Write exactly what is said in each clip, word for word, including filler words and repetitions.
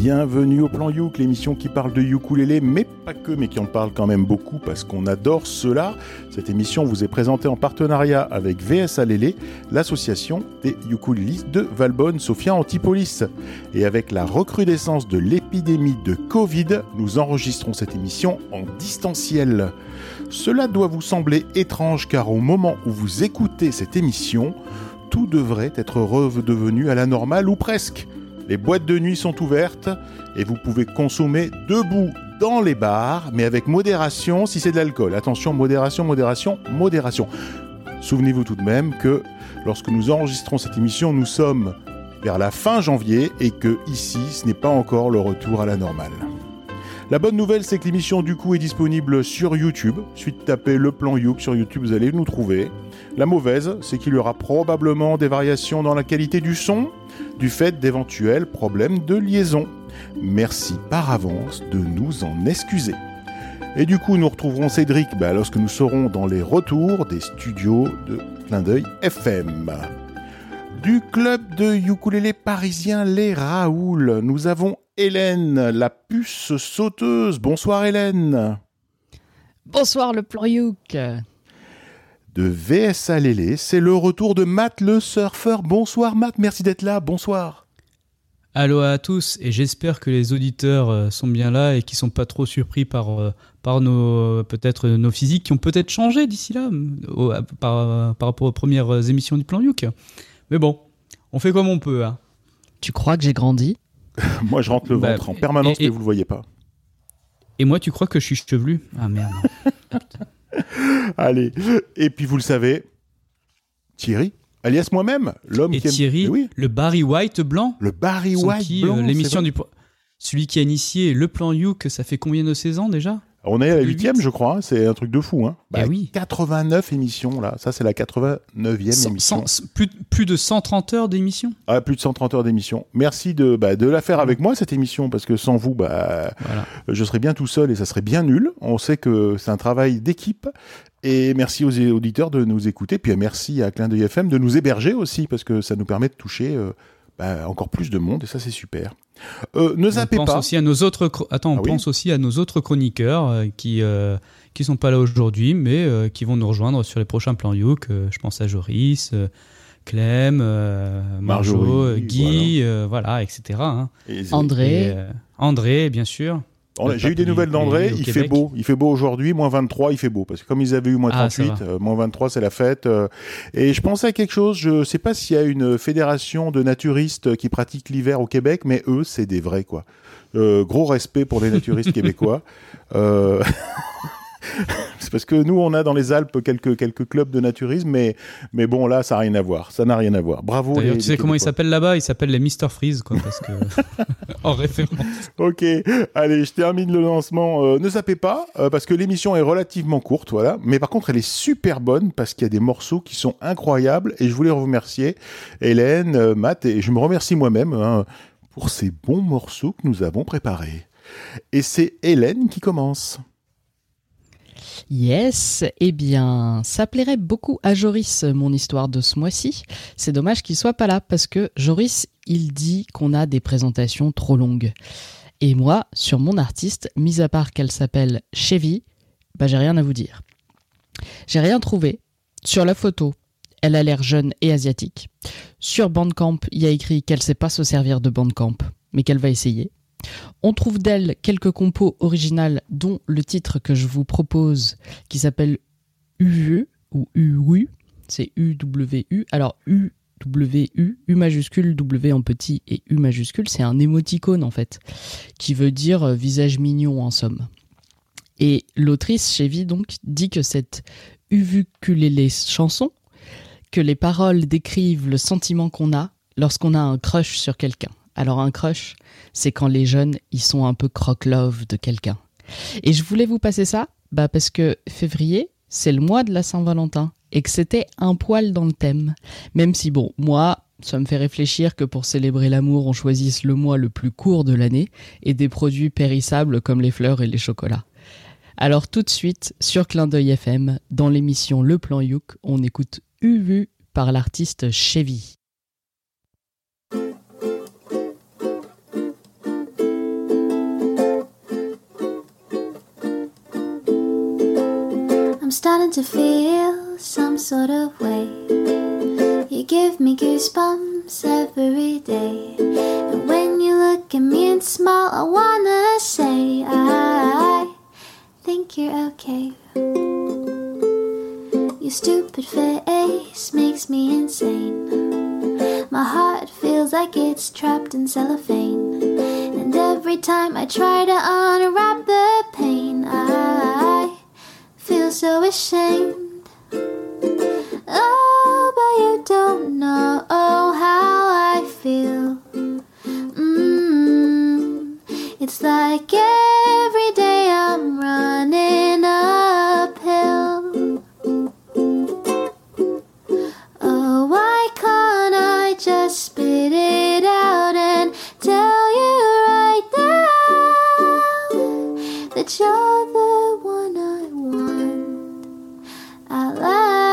Bienvenue au Plan Youk, l'émission qui parle de ukulélé, mais pas que, mais qui en parle quand même beaucoup parce qu'on adore cela. Cette émission vous est présentée en partenariat avec V S A Lélé, l'association des ukulélistes de Valbonne, Sophia Antipolis. Et avec la recrudescence de l'épidémie de Covid, nous enregistrons cette émission en distanciel. Cela doit vous sembler étrange car au moment où vous écoutez cette émission, tout devrait être redevenu à la normale ou presque. Les boîtes de nuit sont ouvertes et vous pouvez consommer debout dans les bars, mais avec modération si c'est de l'alcool. Attention, modération, modération, modération. Souvenez-vous tout de même que lorsque nous enregistrons cette émission, nous sommes vers la fin janvier et que ici, ce n'est pas encore le retour à la normale. La bonne nouvelle, c'est que l'émission du coup est disponible sur YouTube. Suite tapez le Plan Youk sur YouTube, vous allez nous trouver. La mauvaise, c'est qu'il y aura probablement des variations dans la qualité du son, du fait d'éventuels problèmes de liaison. Merci par avance de nous en excuser. Et du coup, nous retrouverons Cédric bah, lorsque nous serons dans les retours des studios de Clin d'œil F M. Du club de ukulélé parisien Les Raoul, nous avons Hélène, la puce sauteuse. Bonsoir Hélène. Bonsoir le Plan Youk. De V S A Lélé, c'est le retour de Matt le surfeur. Bonsoir Matt, merci d'être là, bonsoir. Allô à tous, et j'espère que les auditeurs sont bien là et qu'ils ne sont pas trop surpris par, par nos, peut-être nos physiques qui ont peut-être changé d'ici là au, par, par rapport aux premières émissions du Plan Youk. Mais bon, on fait comme on peut. Hein. Tu crois que j'ai grandi ? Moi je rentre le ventre bah, en permanence, et, et, mais vous ne le voyez pas. Et moi tu crois que je suis chevelu ? Ah merde. Allez, et puis vous le savez, Thierry, alias moi-même, l'homme et qui aime... Thierry, eh oui. le Barry White blanc. Le Barry White qui, blanc, euh, l'émission du... Celui qui a initié le Plan Youk, ça fait combien de saisons déjà ? On est à la huitième, je crois, hein. C'est un truc de fou. Hein. Bah, eh oui. quatre-vingt-neuf émissions, là. Ça, c'est la quatre-vingt-neuvième cent, émission. cent, plus, plus de cent trente heures d'émission. Ah, plus de cent trente heures d'émission. Merci de, bah, de la faire avec moi, cette émission, parce que sans vous, bah, voilà. je serais bien tout seul et ça serait bien nul. On sait que c'est un travail d'équipe. Et merci aux auditeurs de nous écouter. Puis merci à Clin d'œil F M de nous héberger aussi, parce que ça nous permet de toucher euh, bah, encore plus de monde, et ça, c'est super. Euh, ne zappez on pense pas. Aussi à nos autres cro... Attends, on ah, pense oui aussi à nos autres chroniqueurs euh, qui euh, qui sont pas là aujourd'hui, mais euh, qui vont nous rejoindre sur les prochains Plans Youk. Euh, je pense à Joris, euh, Clem, euh, Marjo, Marjorie, Guy, voilà, euh, voilà et cetera. Hein. Et, André, et, euh, André, bien sûr. On, j'ai eu des nouvelles d'André, il fait beau, il fait beau aujourd'hui, moins vingt-trois, il fait beau, parce que comme ils avaient eu moins trente-huit, ah, euh, moins vingt-trois, c'est la fête. Euh, et je pensais à quelque chose, je sais pas s'il y a une fédération de naturistes qui pratiquent l'hiver au Québec, mais eux, c'est des vrais, quoi. Euh, gros respect pour les naturistes québécois. Euh... C'est parce que nous, on a dans les Alpes quelques, quelques clubs de naturisme, mais, mais bon, là, ça n'a rien à voir. Ça n'a rien à voir. Bravo. D'ailleurs, les, tu sais les comment ils s'appellent là-bas ? Ils s'appellent les mister Freeze, quoi, parce que... en référence. Ok, allez, je termine le lancement. Euh, ne zappez pas, euh, parce que l'émission est relativement courte, voilà. Mais par contre, elle est super bonne, parce qu'il y a des morceaux qui sont incroyables. Et je voulais vous remercier, Hélène, euh, Matt, et je me remercie moi-même hein, pour ces bons morceaux que nous avons préparés. Et c'est Hélène qui commence. Yes, eh bien, ça plairait beaucoup à Joris, mon histoire de ce mois-ci. C'est dommage qu'il soit pas là, parce que Joris, il dit qu'on a des présentations trop longues. Et moi, sur mon artiste, mis à part qu'elle s'appelle Chevy, bah j'ai rien à vous dire. J'ai rien trouvé. Sur la photo, elle a l'air jeune et asiatique. Sur Bandcamp, il y a écrit qu'elle sait pas se servir de Bandcamp, mais qu'elle va essayer. On trouve d'elle quelques compos originales, dont le titre que je vous propose, qui s'appelle U V U, ou U W U, c'est U W U. Alors U W U, U majuscule, W en petit et U majuscule, c'est un émoticône en fait, qui veut dire visage mignon en somme. Et l'autrice, Chevy, donc, dit que cette uvukulélé chanson, que les paroles décrivent le sentiment qu'on a lorsqu'on a un crush sur quelqu'un. Alors un crush, c'est quand les jeunes, ils sont un peu croque-love de quelqu'un. Et je voulais vous passer ça, bah parce que février, c'est le mois de la Saint-Valentin, et que c'était un poil dans le thème. Même si, bon, moi, ça me fait réfléchir que pour célébrer l'amour, on choisisse le mois le plus court de l'année, et des produits périssables comme les fleurs et les chocolats. Alors tout de suite, sur Clin d'œil F M, dans l'émission Le Plan Youk, on écoute U V U par l'artiste Chevy. starting to feel some sort of way. You give me goosebumps every day. And when you look at me and smile, I wanna say I think you're okay. Your stupid face makes me insane. My heart feels like it's trapped in cellophane. And every time I try to unwrap the pain, I feel so ashamed. Oh, but you don't know how I feel. Mm, it's like every day I'm running uphill. Oh, why can't I just spit it out and tell you right now that you're the one I want out loud?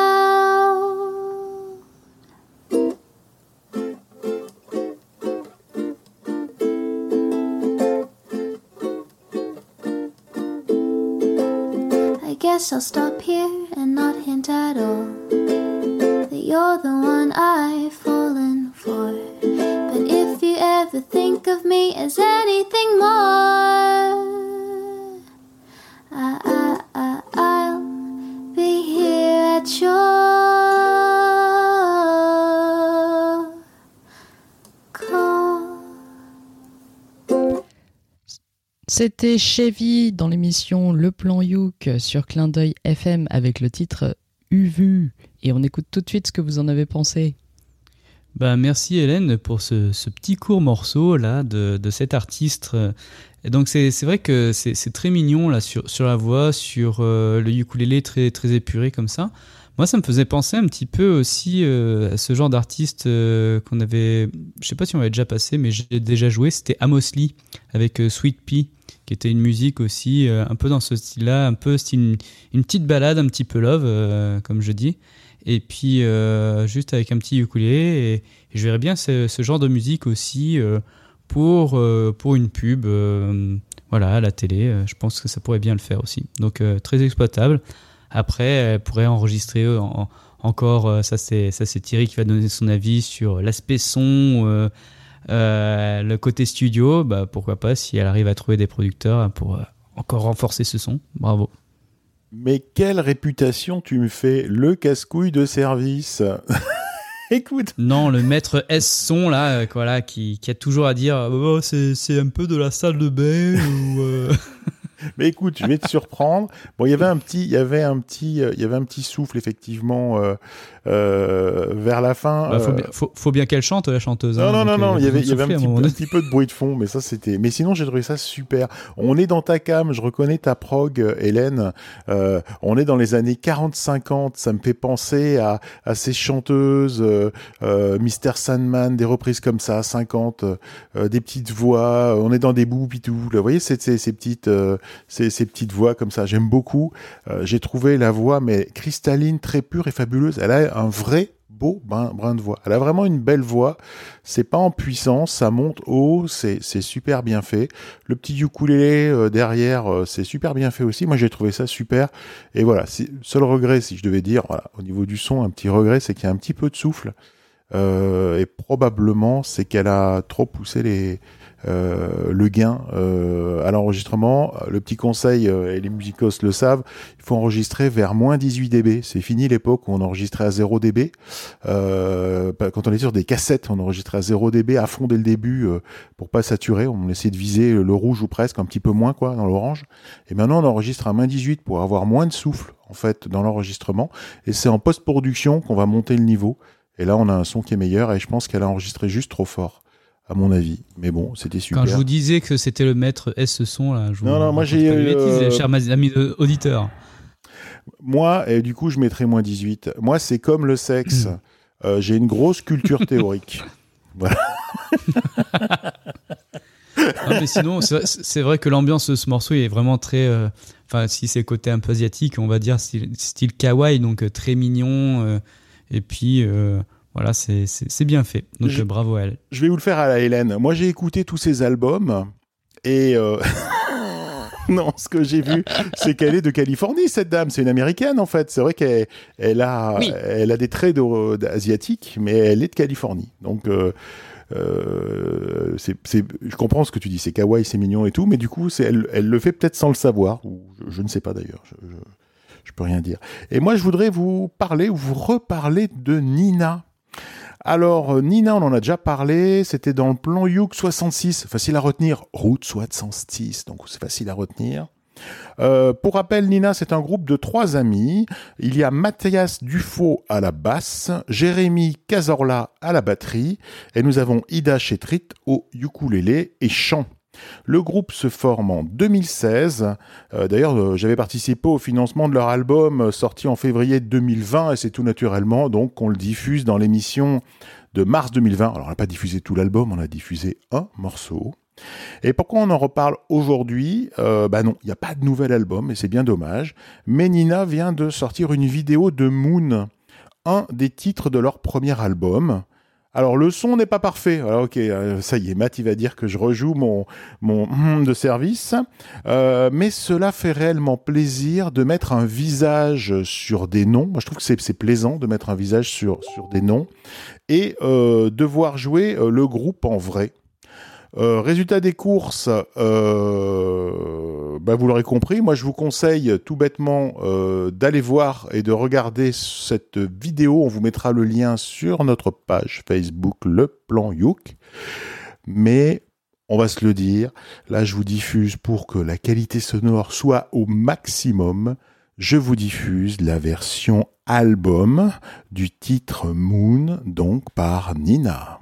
I guess I'll stop here and not hint at all that you're the one I've fallen for. But if you ever think of me as anything more, I, I, I, I'll be here at your call. C'était Chevy dans l'émission Le Plan Youk sur Clin d'œil F M avec le titre U V U. Et on écoute tout de suite ce que vous en avez pensé. Bah, merci Hélène pour ce, ce petit court morceau là de, de cet artiste. Et donc c'est, c'est vrai que c'est, c'est très mignon là sur, sur la voix, sur euh, le ukulélé très, très épuré comme ça. Moi ça me faisait penser un petit peu aussi euh, à ce genre d'artiste euh, qu'on avait, je sais pas si on l'avait déjà passé mais j'ai déjà joué, c'était Amos Lee avec euh, Sweet Pea, qui était une musique aussi euh, un peu dans ce style-là, un peu style une, une petite balade, un petit peu love euh, comme je dis. Et puis euh, juste avec un petit ukulélé et, et je verrais bien ce, ce genre de musique aussi euh, pour, euh, pour une pub euh, voilà, à la télé. Euh, je pense que ça pourrait bien le faire aussi. Donc euh, très exploitable. Après, elle pourrait enregistrer en, en, encore, euh, ça, c'est, ça c'est Thierry qui va donner son avis sur l'aspect son, euh, euh, le côté studio. Bah, pourquoi pas si elle arrive à trouver des producteurs pour euh, encore renforcer ce son. Bravo. Mais quelle réputation tu me fais, le casse-couille de service. Écoute. Non, le maître S-son, là, euh, voilà, qui, qui a toujours à dire oh, c'est, c'est un peu de la salle de bain ou... Euh... Mais écoute, je vais te surprendre. Bon, il y avait un petit, il y avait un petit, il y avait un petit souffle effectivement euh, euh, vers la fin. Bah, faut, euh... bien, faut, faut bien qu'elle chante la chanteuse. Non, hein, non, non, non. Il y avait, il y avait un, petit, un petit peu de bruit de fond, mais ça c'était. Mais sinon, j'ai trouvé ça super. On est dans ta cam, je reconnais ta prog, Hélène. Euh, on est dans les années quarante cinquante. Ça me fait penser à, à ces chanteuses, euh, euh, Mister Sandman, des reprises comme ça, cinquante, euh, des petites voix. On est dans des boupitou. Vous voyez, c'est ces, ces petites. Euh, Ces, ces petites voix comme ça, j'aime beaucoup. Euh, j'ai trouvé la voix mais cristalline, très pure et fabuleuse. Elle a un vrai beau brin, brin de voix. Elle a vraiment une belle voix. C'est pas en puissance, ça monte haut, c'est, c'est super bien fait. Le petit ukulélé euh, derrière, euh, c'est super bien fait aussi. Moi, j'ai trouvé ça super. Et voilà, c'est, seul regret, si je devais dire, voilà, au niveau du son, un petit regret, c'est qu'il y a un petit peu de souffle. Euh, et probablement, c'est qu'elle a trop poussé les... Euh, le gain euh, à l'enregistrement. Le petit conseil, euh, et les musicos le savent, il faut enregistrer vers moins dix-huit décibels. C'est fini l'époque où on enregistrait à zéro décibel. Euh, quand on est sur des cassettes, on enregistrait à zéro décibel à fond dès le début euh, pour pas saturer. On essayait de viser le rouge ou presque, un petit peu moins quoi, dans l'orange. Et maintenant on enregistre à moins dix-huit pour avoir moins de souffle en fait dans l'enregistrement. Et c'est en post-production qu'on va monter le niveau. Et là on a un son qui est meilleur et je pense qu'elle a enregistré juste trop fort. À mon avis, mais bon, c'était super. Quand je vous disais que c'était le maître S son là, je non, vous non, moi j'ai, euh... chers amis auditeurs. Moi, et du coup, je mettrais moins dix-huit. Moi, c'est comme le sexe. euh, j'ai une grosse culture théorique. Voilà. Non, mais sinon, c'est, c'est vrai que l'ambiance de ce morceau est vraiment très. Enfin, euh, si c'est le côté un peu asiatique, on va dire style, style kawaii, donc euh, très mignon. Euh, et puis. Euh, Voilà, c'est, c'est, c'est bien fait. Donc je, bravo à elle. Je vais vous le faire à la Hélène. Moi, j'ai écouté tous ces albums et... Euh... Non, ce que j'ai vu, c'est qu'elle est de Californie, cette dame. C'est une américaine, en fait. C'est vrai qu'elle elle a, oui. elle a des traits asiatiques, mais elle est de Californie. Donc, euh, euh, c'est, c'est, je comprends ce que tu dis. C'est kawaii, c'est mignon et tout, mais du coup, c'est, elle, elle le fait peut-être sans le savoir. Ou je, je ne sais pas d'ailleurs. Je, je, je peux rien dire. Et moi, je voudrais vous parler ou vous reparler de Nina. Alors, Nina, on en a déjà parlé, c'était dans le plan Youk soixante-six, facile à retenir, route soixante-six, donc c'est facile à retenir. Euh, pour rappel, Nina, c'est un groupe de trois amis. Il y a Mathias Dufaux à la basse, Jérémy Cazorla à la batterie, et nous avons Ida Chetrit au ukulélé et chant. Le groupe se forme en deux mille seize. Euh, d'ailleurs, euh, j'avais participé au financement de leur album euh, sorti en février deux mille vingt et c'est tout naturellement donc qu'on le diffuse dans l'émission de mars deux mille vingt. Alors, on n'a pas diffusé tout l'album, on a diffusé un morceau. Et pourquoi on en reparle aujourd'hui ? euh, Bah non, il n'y a pas de nouvel album et c'est bien dommage. Mais Nina vient de sortir une vidéo de Moon, un des titres de leur premier album. Alors, le son n'est pas parfait. Alors, ok, euh, ça y est, Matt, il va dire que je rejoue mon, mon hum de service. Euh, mais cela fait réellement plaisir de mettre un visage sur des noms. Moi, je trouve que c'est, c'est plaisant de mettre un visage sur, sur des noms. Et euh, de voir jouer euh, le groupe en vrai. Euh, résultat des courses, euh, bah vous l'aurez compris, moi je vous conseille tout bêtement euh, d'aller voir et de regarder cette vidéo. On vous mettra le lien sur notre page Facebook, le plan Youk. Mais on va se le dire, là je vous diffuse pour que la qualité sonore soit au maximum. Je vous diffuse la version album du titre Moon, donc par Nina.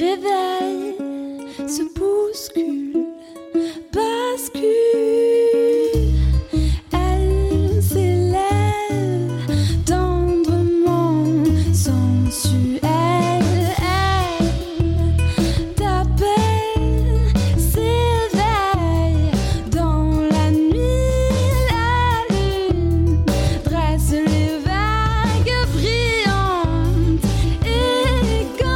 réveille, se bouscule, bascule. Elle s'élève tendrement, sensuelle. Elle t'appelle, s'éveille dans la nuit. La lune dresse les vagues brillantes, élégantes.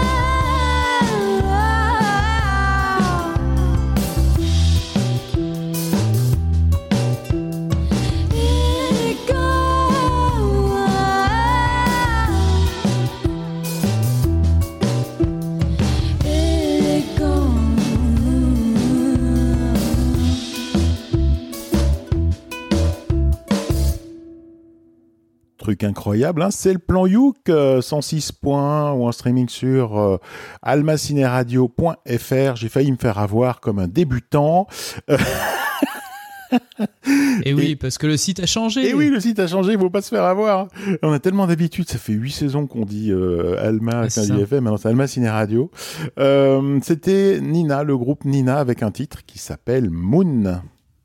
Truc incroyable, hein, c'est le plan Youk, euh, cent six points ou en streaming sur euh, almacineradio point f r. J'ai failli me faire avoir comme un débutant. Et oui, parce que le site a changé. Et oui, le site a changé, il ne faut pas se faire avoir. On a tellement d'habitude, ça fait huit saisons qu'on dit euh, Alma, Ah, c'est qu'on dit ça. F M, maintenant c'est Alma Ciné Radio. Euh, c'était Nina, le groupe Nina, avec un titre qui s'appelle Moon.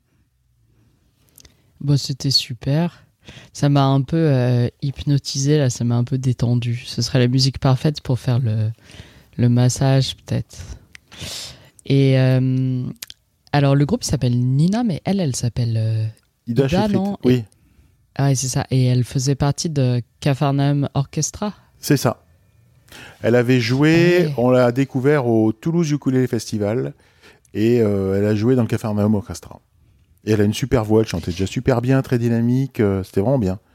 Bon, c'était super. Ça m'a un peu euh, hypnotisé, là, ça m'a un peu détendu. Ce serait la musique parfaite pour faire le, le massage, peut-être. Et euh, alors, le groupe s'appelle Nina, mais elle, elle s'appelle euh, Ida, Ida, Shefrit. non Oui, Ah, oui, c'est ça. Et elle faisait partie de Capharnaüm Orchestra. c'est ça. Elle avait joué, Ah ouais. on l'a découvert au Toulouse Ukulele Festival, et euh, elle a joué dans le Capharnaüm Orchestra. Et elle a une super voix, elle chantait déjà super bien, très dynamique, euh, c'était vraiment bien.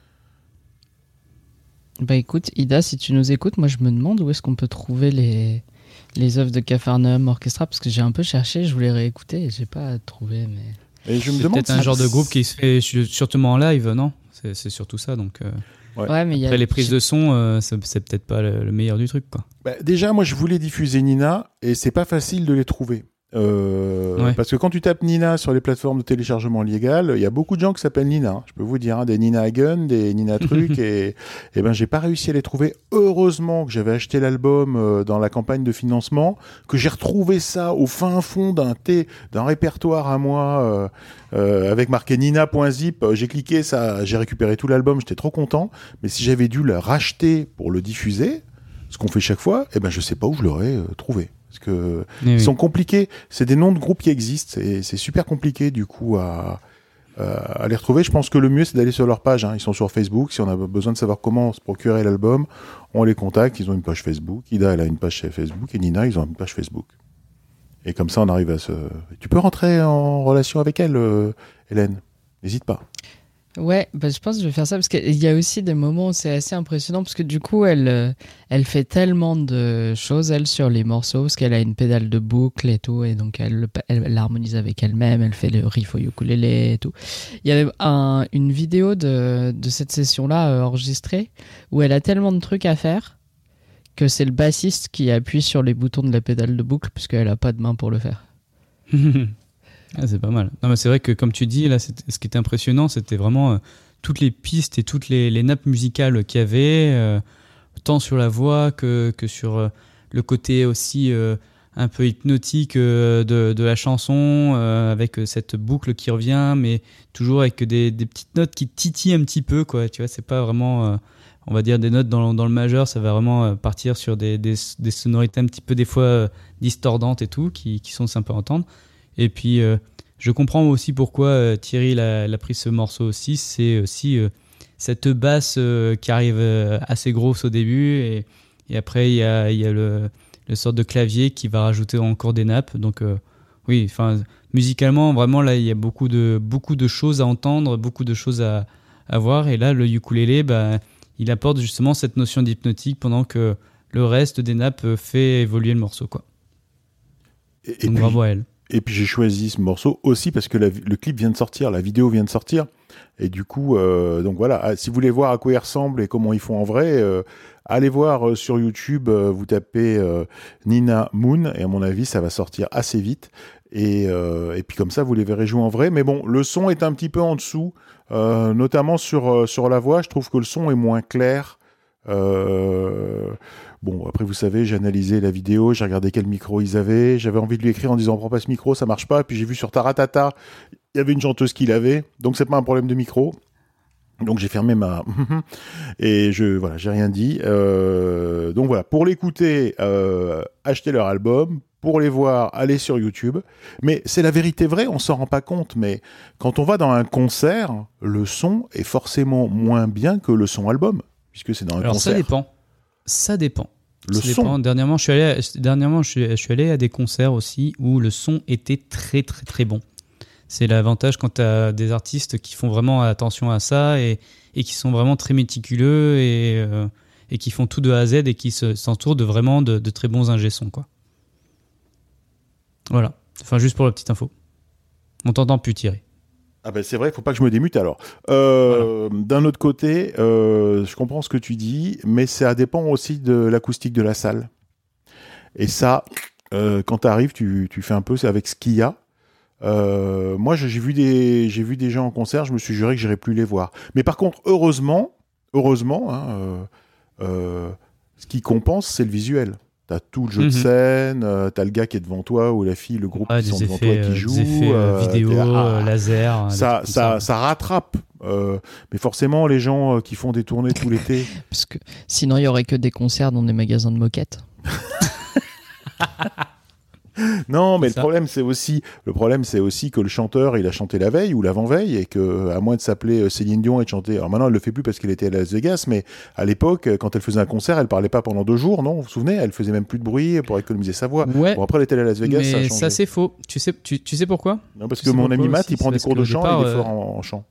Bah écoute, Ida, si tu nous écoutes, moi je me demande où est-ce qu'on peut trouver les, les œuvres de Capharnaüm Orchestra, parce que j'ai un peu cherché, je voulais réécouter et j'ai pas trouvé. Mais Et je me C'est demande peut-être si- un genre de groupe qui se fait su- surtout en live, non? C'est c'est surtout ça. Donc euh, Ouais. ouais, mais il y a après les prises de son, euh, c'est c'est peut-être pas le, le meilleur du truc, quoi. Bah, déjà, moi, je voulais diffuser Nina, et c'est pas facile de les trouver. Euh, Ouais. Parce que quand tu tapes Nina sur les plateformes de téléchargement légal, il y a beaucoup de gens qui s'appellent Nina. hein. Je peux vous dire, hein, des Nina Hagen, des Nina Truc, et, et ben j'ai pas réussi à les trouver. Heureusement que j'avais acheté l'album euh, dans la campagne de financement, que j'ai retrouvé ça au fin fond d'un thé, d'un répertoire à moi euh, euh, avec marqué Nina.zip. J'ai cliqué, ça, j'ai récupéré tout l'album, j'étais trop content. Mais si j'avais dû le racheter pour le diffuser, ce qu'on fait chaque fois, eh ben je sais pas où je l'aurais euh, trouvé. Parce que Eh ils oui. sont compliqués. C'est des noms de groupes qui existent et c'est super compliqué du coup à, à les retrouver. Je pense que le mieux c'est d'aller sur leur page. hein. Ils sont sur Facebook. Si on a besoin de savoir comment se procurer l'album, on les contacte. Ils ont une page Facebook. Ida elle a une page Facebook et Nina ils ont une page Facebook. Et comme ça on arrive à se. Tu peux rentrer en relation avec elle, euh, Hélène. N'hésite pas. ouais, bah, je pense que je vais faire ça parce qu'il y a aussi des moments où c'est assez impressionnant parce que du coup, elle, euh, elle fait tellement de choses, elle, sur les morceaux, parce qu'elle a une pédale de boucle et tout, et donc elle, elle, elle harmonise avec elle-même, elle fait le riff au ukulélé et tout. Il y avait un, une vidéo de, de cette session-là euh, enregistrée où elle a tellement de trucs à faire que c'est le bassiste qui appuie sur les boutons de la pédale de boucle puisqu'elle a pas de main pour le faire. Ah, c'est pas mal. Non, mais c'est vrai que comme tu dis, là, c'était- ce qui était impressionnant, c'était vraiment euh, toutes les pistes et toutes les, les nappes musicales qu'il y avait, euh, tant sur la voix que, que sur euh, le côté aussi euh, un peu hypnotique euh, de, de la chanson, euh, avec euh, cette boucle qui revient, mais toujours avec des, des petites notes qui titillent un petit peu, quoi. Tu vois, c'est pas vraiment, euh, on va dire, des notes dans, dans le majeur, ça va vraiment euh, partir sur des, des, des sonorités un petit peu des fois euh, distordantes et tout, qui, qui sont sympas à entendre. Et puis, euh, je comprends aussi pourquoi euh, Thierry l'a, l'a pris ce morceau aussi. C'est aussi euh, cette basse euh, qui arrive euh, assez grosse au début. Et, et après, il y a, il y a le, le sorte de clavier qui va rajouter encore des nappes. Donc, euh, oui, enfin, musicalement, vraiment, là, il y a beaucoup de, beaucoup de choses à entendre, beaucoup de choses à, à voir. Et là, le ukulélé, bah, il apporte justement cette notion d'hypnotique pendant que le reste des nappes euh, fait évoluer le morceau, quoi. Et, et Donc, puis, bravo à elle. Et puis j'ai choisi ce morceau aussi parce que la, le clip vient de sortir, la vidéo vient de sortir. Et du coup, euh, donc voilà, ah, si vous voulez voir à quoi il ressemble et comment ils font en vrai, euh, allez voir euh, sur YouTube, euh, vous tapez euh, Nina Moon, et à mon avis, ça va sortir assez vite. Et, euh, et puis comme ça, vous les verrez jouer en vrai. Mais bon, le son est un petit peu en dessous, euh, notamment sur, euh, sur la voix. Je trouve que le son est moins clair. Euh, Bon, après, vous savez, j'ai analysé la vidéo, j'ai regardé quel micro ils avaient. J'avais envie de lui écrire en disant, prends pas ce micro, ça marche pas. Puis j'ai vu sur Taratata, il y avait une chanteuse qui l'avait. Donc, c'est pas un problème de micro. Donc, j'ai fermé ma... Et je, voilà, j'ai rien dit. Euh... Donc, voilà. Pour l'écouter, euh, achetez leur album. Pour les voir, allez sur YouTube. Mais c'est la vérité vraie, on s'en rend pas compte. Mais quand on va dans un concert, le son est forcément moins bien que le son album. Puisque c'est dans un Alors, concert. ça dépend. Ça dépend. Le ça son. dépend. Dernièrement, je suis allé, à, dernièrement je, suis, je suis allé à des concerts aussi où le son était très très très bon. C'est l'avantage quand tu as des artistes qui font vraiment attention à ça et, et qui sont vraiment très méticuleux et, euh, et qui font tout de A à Z et qui se, s'entourent de vraiment de, de très bons ingé-sons, quoi. Voilà. Enfin, juste pour la petite info. On t'entend plus, Thierry. Ah ben c'est vrai, il faut pas que je me démute alors. Euh, voilà. D'un autre côté, euh, je comprends ce que tu dis, mais ça dépend aussi de l'acoustique de la salle. Et ça, euh, quand tu arrives, tu, tu fais un peu avec ce qu'il y a. Euh, moi, j'ai vu des, j'ai vu des gens en concert, je me suis juré que j'irais plus les voir. Mais par contre, heureusement, heureusement, hein, euh, euh, ce qui compense, c'est le visuel. T'as tout le jeu mmh. de scène, euh, t'as le gars qui est devant toi ou la fille, le groupe ah, qui sont effets, devant toi qui joue. Des effets euh, vidéo, ah, laser. Ça, ça, ça, ça rattrape. Euh, mais forcément, les gens euh, qui font des tournées tout l'été. Parce que sinon, il y aurait que des concerts dans des magasins de moquettes. Non, mais c'est le problème, c'est aussi, le problème, c'est aussi que le chanteur, il a chanté la veille ou l'avant-veille et que, à moins de s'appeler Céline Dion et de chanter, alors maintenant, elle le fait plus parce qu'elle était à Las Vegas, mais à l'époque, quand elle faisait un concert, elle parlait pas pendant deux jours, non? Vous vous souvenez? Elle faisait même plus de bruit pour économiser sa voix. Ouais. Bon, après, elle était à Las Vegas, mais ça a changé. ça, c'est faux. Tu sais, tu, tu sais pourquoi? Non, parce tu que mon ami Matt, aussi, il prend des cours de chant départ, et il est euh... fort en, en chant.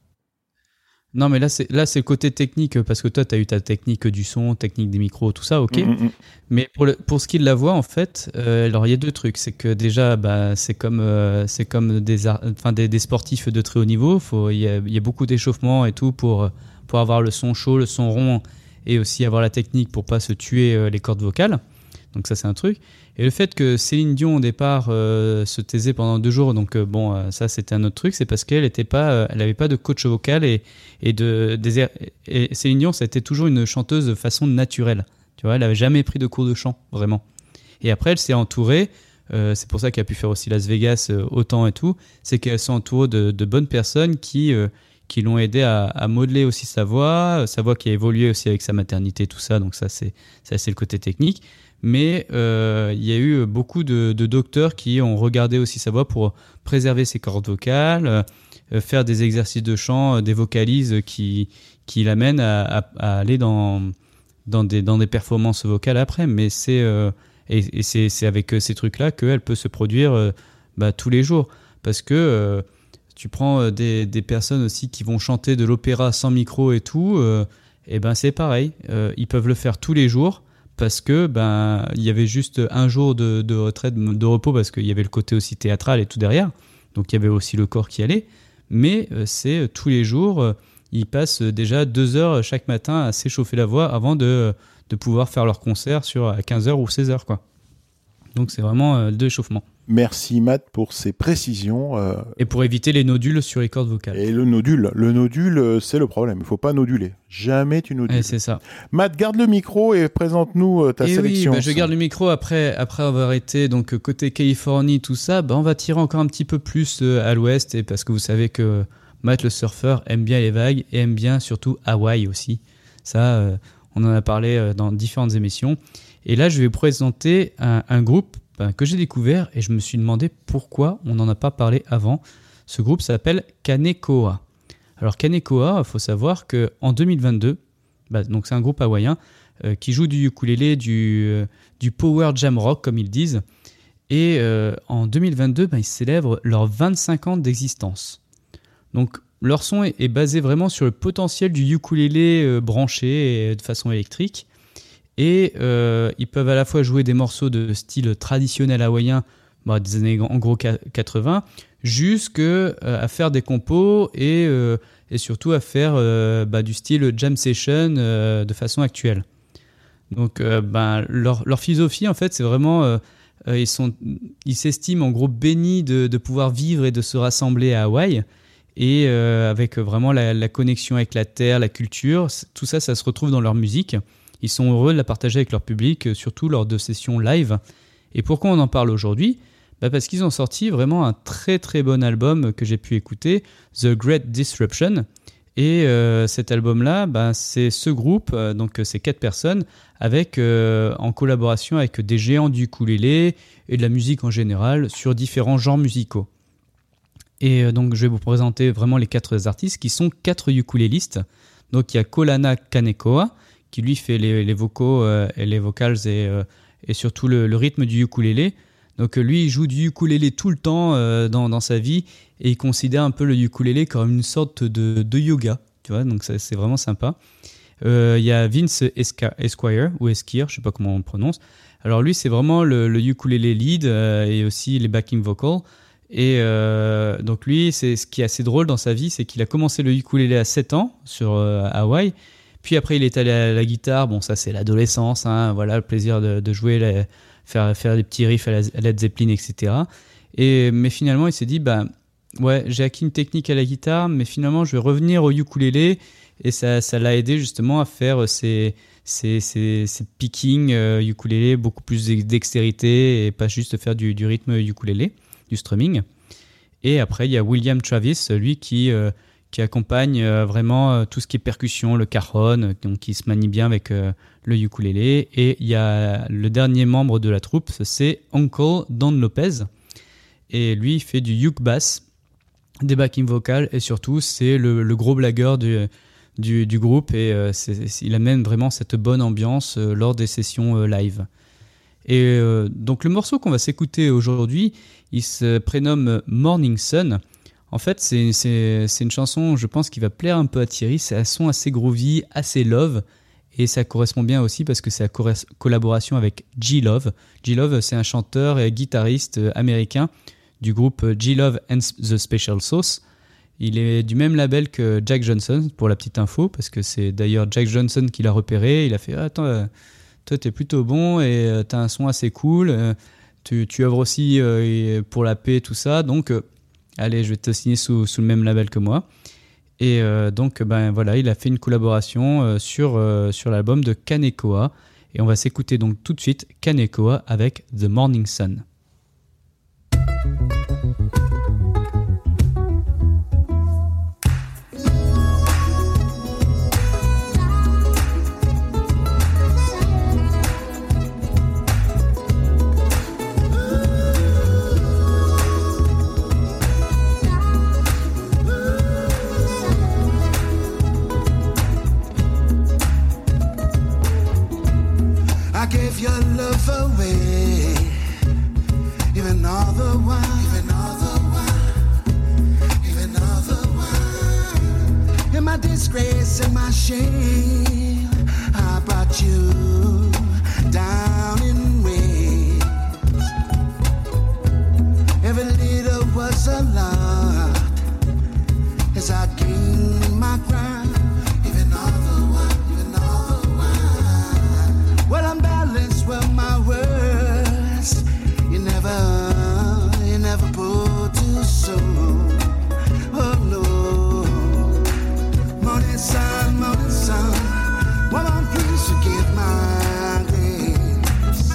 Non, mais là, c'est, là, c'est le côté technique, parce que toi, tu as eu ta technique du son, technique des micros, tout ça, ok. Mm-hmm. Mais pour, le, pour ce qui est de la voix, en fait, euh, alors il y a deux trucs. C'est que déjà, bah, c'est comme, euh, c'est comme des, enfin, des, des sportifs de très haut niveau. Il y a, y a beaucoup d'échauffement et tout pour, pour avoir le son chaud, le son rond, et aussi avoir la technique pour pas se tuer euh, les cordes vocales. Donc ça, c'est un truc. Et le fait que Céline Dion, au départ, euh, se taisait pendant deux jours, donc euh, bon, euh, ça, c'était un autre truc, c'est parce qu'elle était pas, euh, elle n'avait pas de coach vocal et, et, de, des, et Céline Dion, ça a été toujours une chanteuse de façon naturelle. Tu vois, elle n'avait jamais pris de cours de chant, vraiment. Et après, elle s'est entourée, euh, c'est pour ça qu'elle a pu faire aussi Las Vegas euh, autant et tout, c'est qu'elle s'est entourée de, de bonnes personnes qui, euh, qui l'ont aidé à, à modeler aussi sa voix, sa voix qui a évolué aussi avec sa maternité, tout ça, donc ça, c'est, ça, c'est le côté technique. Mais euh, il y a eu beaucoup de, de docteurs qui ont regardé aussi sa voix pour préserver ses cordes vocales, euh, faire des exercices de chant, euh, des vocalises qui, qui l'amènent à, à, à aller dans, dans, des, dans des performances vocales après. Mais c'est, euh, et, et c'est, c'est avec ces trucs-là qu'elle peut se produire euh, bah, tous les jours. Parce que euh, tu prends des, des personnes aussi qui vont chanter de l'opéra sans micro et tout, euh, et ben c'est pareil. Euh, ils peuvent le faire tous les jours. Parce que ben il y avait juste un jour de, de retraite, de repos, parce qu'il y avait le côté aussi théâtral et tout derrière. Donc il y avait aussi le corps qui allait. Mais euh, c'est euh, tous les jours, euh, ils passent déjà deux heures chaque matin à s'échauffer la voix avant de, de pouvoir faire leur concert sur à quinze heures ou seize heures, quoi. Donc c'est vraiment euh, de l'échauffement. Merci Matt pour ces précisions. Euh... Et pour éviter les nodules sur les cordes vocales. Et le nodule, le nodule, c'est le problème. Il ne faut pas noduler. Jamais tu nodules. Et c'est ça. Matt, garde le micro et présente-nous ta et sélection. Oui, bah, je garde le micro après, après avoir été donc côté Californie, tout ça. Bah, on va tirer encore un petit peu plus à l'ouest, et parce que vous savez que Matt le surfeur aime bien les vagues et aime bien surtout Hawaï aussi. Ça, euh, on en a parlé dans différentes émissions. Et là, je vais vous présenter un, un groupe ben, que j'ai découvert et je me suis demandé pourquoi on n'en a pas parlé avant. Ce groupe s'appelle Kanekoa. Alors Kanekoa, il faut savoir qu'en deux mille vingt-deux, ben, donc c'est un groupe hawaïen euh, qui joue du ukulélé, du, euh, du power jam rock comme ils disent. Et euh, en deux mille vingt-deux, ben, ils célèbrent leurs vingt-cinq ans d'existence. Donc leur son est, est basé vraiment sur le potentiel du ukulélé euh, branché et de façon électrique. Et euh, ils peuvent à la fois jouer des morceaux de style traditionnel hawaïen, bah, des années en gros quatre-vingts, jusqu'à euh, faire des compos et, euh, et surtout à faire euh, bah, du style jam session euh, de façon actuelle. Donc euh, bah, leur, leur philosophie en fait c'est vraiment, euh, euh, ils, sont, ils s'estiment en gros bénis de, de pouvoir vivre et de se rassembler à Hawaï. Et euh, avec vraiment la, la connexion avec la terre, la culture, tout ça, ça se retrouve dans leur musique. ils sont heureux de la partager avec leur public, surtout lors de sessions live. Et pourquoi on en parle aujourd'hui ? Bah parce qu'ils ont sorti vraiment un très très bon album que j'ai pu écouter, The Great Disruption. Et euh, cet album-là, bah, c'est ce groupe, euh, donc c'est quatre personnes, avec, euh, en collaboration avec des géants du ukulélé et de la musique en général sur différents genres musicaux. Et euh, donc je vais vous présenter vraiment les quatre artistes qui sont quatre ukulélistes. Donc il y a Kolana Kanekoa qui lui fait les, les vocaux euh, et les vocals et, euh, et surtout le, le rythme du ukulélé. Donc lui, il joue du ukulélé tout le temps euh, dans, dans sa vie et il considère un peu le ukulélé comme une sorte de, de yoga, tu vois, donc ça, c'est vraiment sympa. Il euh, y a Vince Esca- Esquire, ou Esquire, je sais pas comment on le prononce. Alors lui, c'est vraiment le, le ukulélé lead euh, et aussi les backing vocals. Et euh, donc lui, c'est, ce qui est assez drôle dans sa vie, c'est qu'il a commencé le ukulélé à sept ans sur euh, Hawaï. Puis après, il est allé à la guitare. Bon, ça, c'est l'adolescence, hein, voilà, le plaisir de, de jouer la, Faire, faire des petits riffs à la à Led Zeppelin, et cetera. Et, mais finalement, il s'est dit, bah, ouais, j'ai acquis une technique à la guitare, mais finalement, je vais revenir au ukulélé. Et ça, ça l'a aidé justement à faire ces, ces, ces, ces picking euh, ukulélé, beaucoup plus de dextérité et pas juste faire du, du rythme ukulélé, du strumming. Et après, il y a William Travis, lui qui, euh, qui accompagne euh, vraiment euh, tout ce qui est percussion, le cajon, donc qui se manie bien avec euh, le ukulélé. Et il y a le dernier membre de la troupe, c'est Uncle Don Lopez. Et lui, il fait du uke bass, des backing vocals, et surtout, c'est le, le gros blagueur du, du, du groupe. Et euh, c'est, c'est, il amène vraiment cette bonne ambiance euh, lors des sessions euh, live. Et euh, donc, le morceau qu'on va s'écouter aujourd'hui, il se prénomme Morning Sun. En fait, c'est, c'est, c'est une chanson, je pense, qui va plaire un peu à Thierry. C'est un son assez groovy, assez love. Et ça correspond bien aussi parce que c'est la co- collaboration avec G-Love. G-Love, c'est un chanteur et guitariste américain du groupe G-Love and the Special Sauce. Il est du même label que Jack Johnson, pour la petite info, parce que c'est d'ailleurs Jack Johnson qui l'a repéré. Il a fait « Attends, euh, toi, t'es plutôt bon et euh, t'as un son assez cool. Euh, tu, tu œuvres aussi euh, pour la paix, tout ça. Donc... Euh, allez, je vais te signer sous, sous le même label que moi. Et euh, donc, ben voilà, il a fait une collaboration euh, sur, euh, sur l'album de Kanekoa. Et on va s'écouter donc tout de suite Kanekoa avec The Morning Sun. Gave your love away, even all the while, even all the while, even all the while. In my disgrace and my shame, I brought you down in waves. Every little was a lot as I gained my ground. Even all the while, even all the while. Well, I'm well, my words, you never, you never put too soon. Oh no, morning sun, morning sun. Well, I'm pleased to give my grace.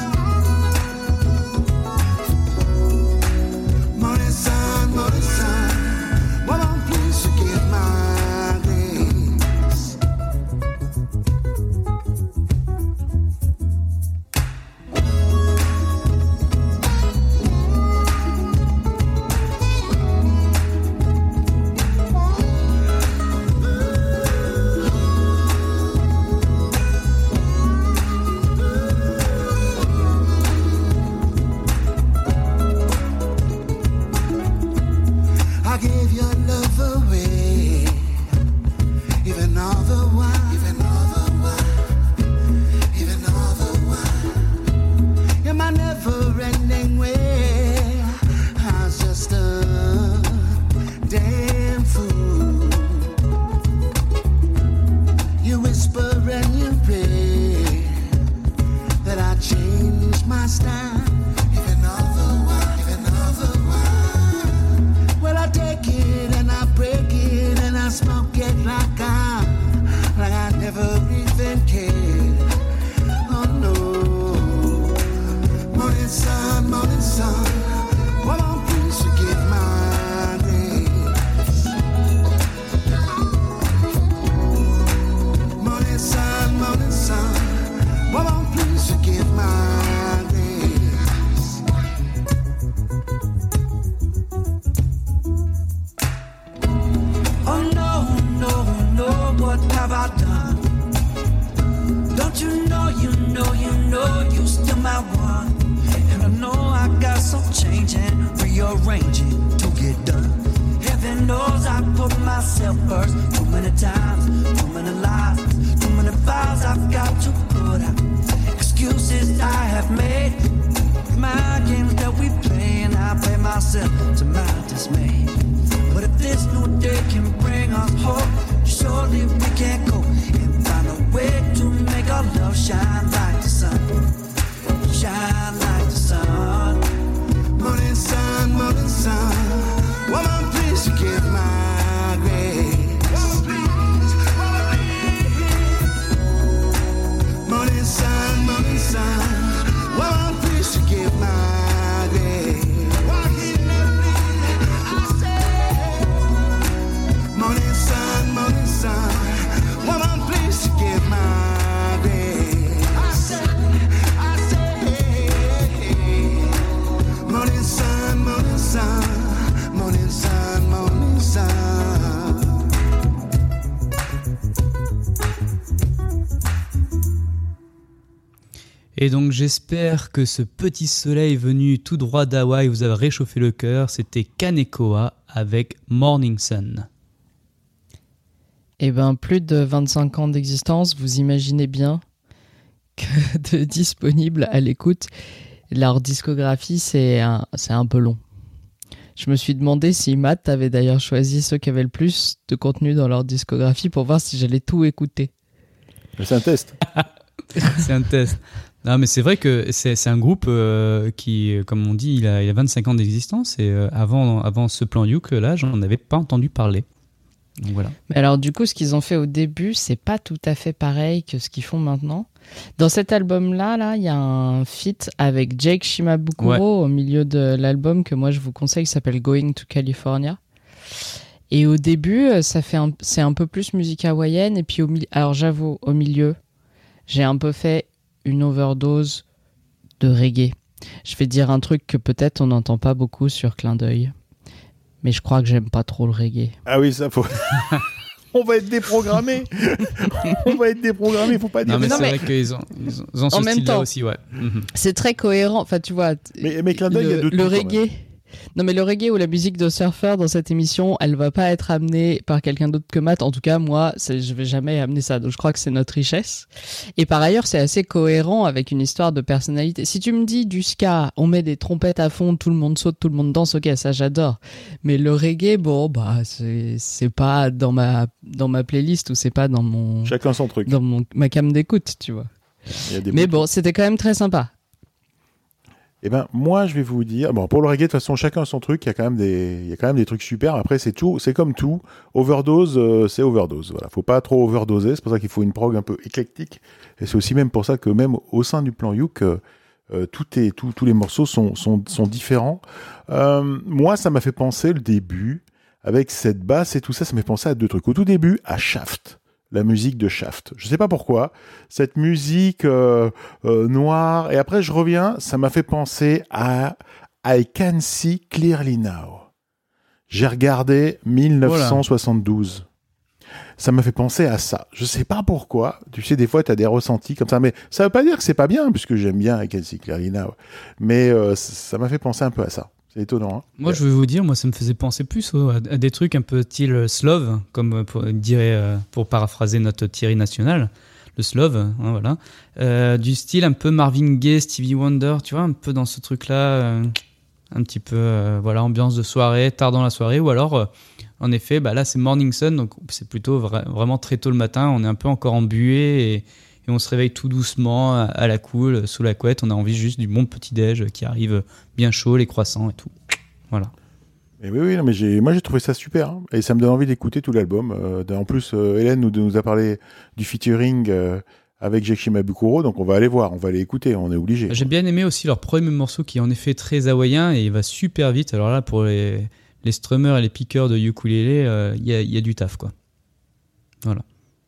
arranging to get done. Heaven knows I put myself first. Too many times, too many lies, too many vows I've got to put out. Excuses I have made, my games that we play, and I play myself to my dismay. But if this new day can bring us hope, surely we can go and find a way to make our love shine like the sun. Shine like the sun. Morning sun, morning sun. Woman, please forgive my grace. Morning sun, morning sun. Woman, please forgive my grace. Morning sun, morning sun. Woman, please forgive my grace. I say, I say, morning sun, morning sun. Morning sun, morning sun. Et donc j'espère que ce petit soleil venu tout droit d'Hawaï vous a réchauffé le cœur. C'était Kanekoa avec Morning Sun. Eh ben, plus de vingt-cinq ans d'existence, vous imaginez bien que de disponible à l'écoute, leur discographie, c'est un, c'est un peu long. Je me suis demandé si Matt avait d'ailleurs choisi ceux qui avaient le plus de contenu dans leur discographie pour voir si j'allais tout écouter. C'est un test. C'est un test. Non, mais c'est vrai que c'est, c'est un groupe euh, qui, comme on dit, il a, il a vingt-cinq ans d'existence et euh, avant, avant ce plan Youk, là, j'en avais pas entendu parler. Donc voilà. Mais alors du coup, ce qu'ils ont fait au début, c'est pas tout à fait pareil que ce qu'ils font maintenant. Dans cet album-là, là, il y a un feat avec Jake Shimabukuro Ouais. au milieu de l'album que moi je vous conseille, qui s'appelle Going to California. Et au début, ça fait un, c'est un peu plus musique hawaïenne. Et puis au milieu, alors j'avoue, au milieu, j'ai un peu fait une overdose de reggae. Je vais dire un truc que peut-être on n'entend pas beaucoup sur Clin d'œil. Mais je crois que j'aime pas trop le reggae. Ah oui, ça faut. On va être déprogrammé. On va être déprogrammé, faut pas dire. Non, mais Non, c'est mais- vrai qu'ils ont, ils ont, ils ont ce En même style-là temps. aussi, ouais. Mhm. C'est très cohérent. Enfin, tu vois. t- Mais, mais Clin d'œil, il y a le, de tout. le quand même. reggae. Non, mais le reggae ou la musique de surfeur dans cette émission, elle va pas être amenée par quelqu'un d'autre que Matt. En tout cas, moi, c'est, je vais jamais amener ça. Donc, je crois que c'est notre richesse. Et par ailleurs, c'est assez cohérent avec une histoire de personnalité. Si tu me dis du ska, on met des trompettes à fond, tout le monde saute, tout le monde danse, ok, ça j'adore. Mais le reggae, bon, bah, c'est, c'est pas dans ma, dans ma playlist ou c'est pas dans mon, Chacun son truc. dans mon, ma cam d'écoute, tu vois. Il y a des Mais bouts. bon, c'était quand même très sympa. Eh ben, moi, je vais vous dire, bon, pour le reggae, de toute façon, chacun son truc. Il y a quand même des, il y a quand même des trucs super. Après, c'est tout, c'est comme tout. Overdose, euh, c'est overdose. Voilà, faut pas trop overdoser. C'est pour ça qu'il faut une prog un peu éclectique. Et c'est aussi même pour ça que même au sein du plan Youk, euh, euh, tout est, tout, tous les morceaux sont, sont, sont différents. Euh, moi, ça m'a fait penser le début avec cette basse et tout ça. Ça m'a fait penser à deux trucs. Au tout début, à Shaft. La musique de Shaft. Je sais pas pourquoi. Cette musique euh, euh, noire. Et après, je reviens. Ça m'a fait penser à I Can See Clearly Now. J'ai regardé dix-neuf cent soixante-douze. Ça m'a fait penser à ça. Je sais pas pourquoi. Tu sais, des fois, tu as des ressentis comme ça. Mais ça veut pas dire que c'est pas bien, puisque j'aime bien I Can See Clearly Now. Mais euh, ça m'a fait penser un peu à ça. C'est étonnant. Hein. Moi, je vais vous dire, moi, ça me faisait penser plus au- à, à des trucs un peu style slove, comme pour, dirait, euh, pour paraphraser notre Thierry National, le slove, hein, voilà. Euh, du style un peu Marvin Gaye, Stevie Wonder, tu vois, un peu dans ce truc-là, euh, un petit peu, euh, voilà, ambiance de soirée, tard dans la soirée, ou alors, euh, en effet, bah là, c'est Morning Sun, donc c'est plutôt vra- vraiment très tôt le matin, on est un peu encore embué et, et on se réveille tout doucement, à, à la cool, sous la couette, on a envie juste du bon petit-déj qui arrive bien chaud, les croissants et tout. Voilà. Mais oui, oui, non, mais j'ai, moi j'ai trouvé ça super, hein, et ça me donne envie d'écouter tout l'album. Euh, en plus, euh, Hélène nous, nous a parlé du featuring euh, avec Jake Shimabukuro, donc on va aller voir, on va aller écouter, on est obligé. J'ai bien aimé aussi leur premier morceau qui est en effet très hawaïen et il va super vite. Alors là, pour les, les strummers et les piqueurs de ukulélé, euh, il y, a, y a du taf, quoi. Voilà.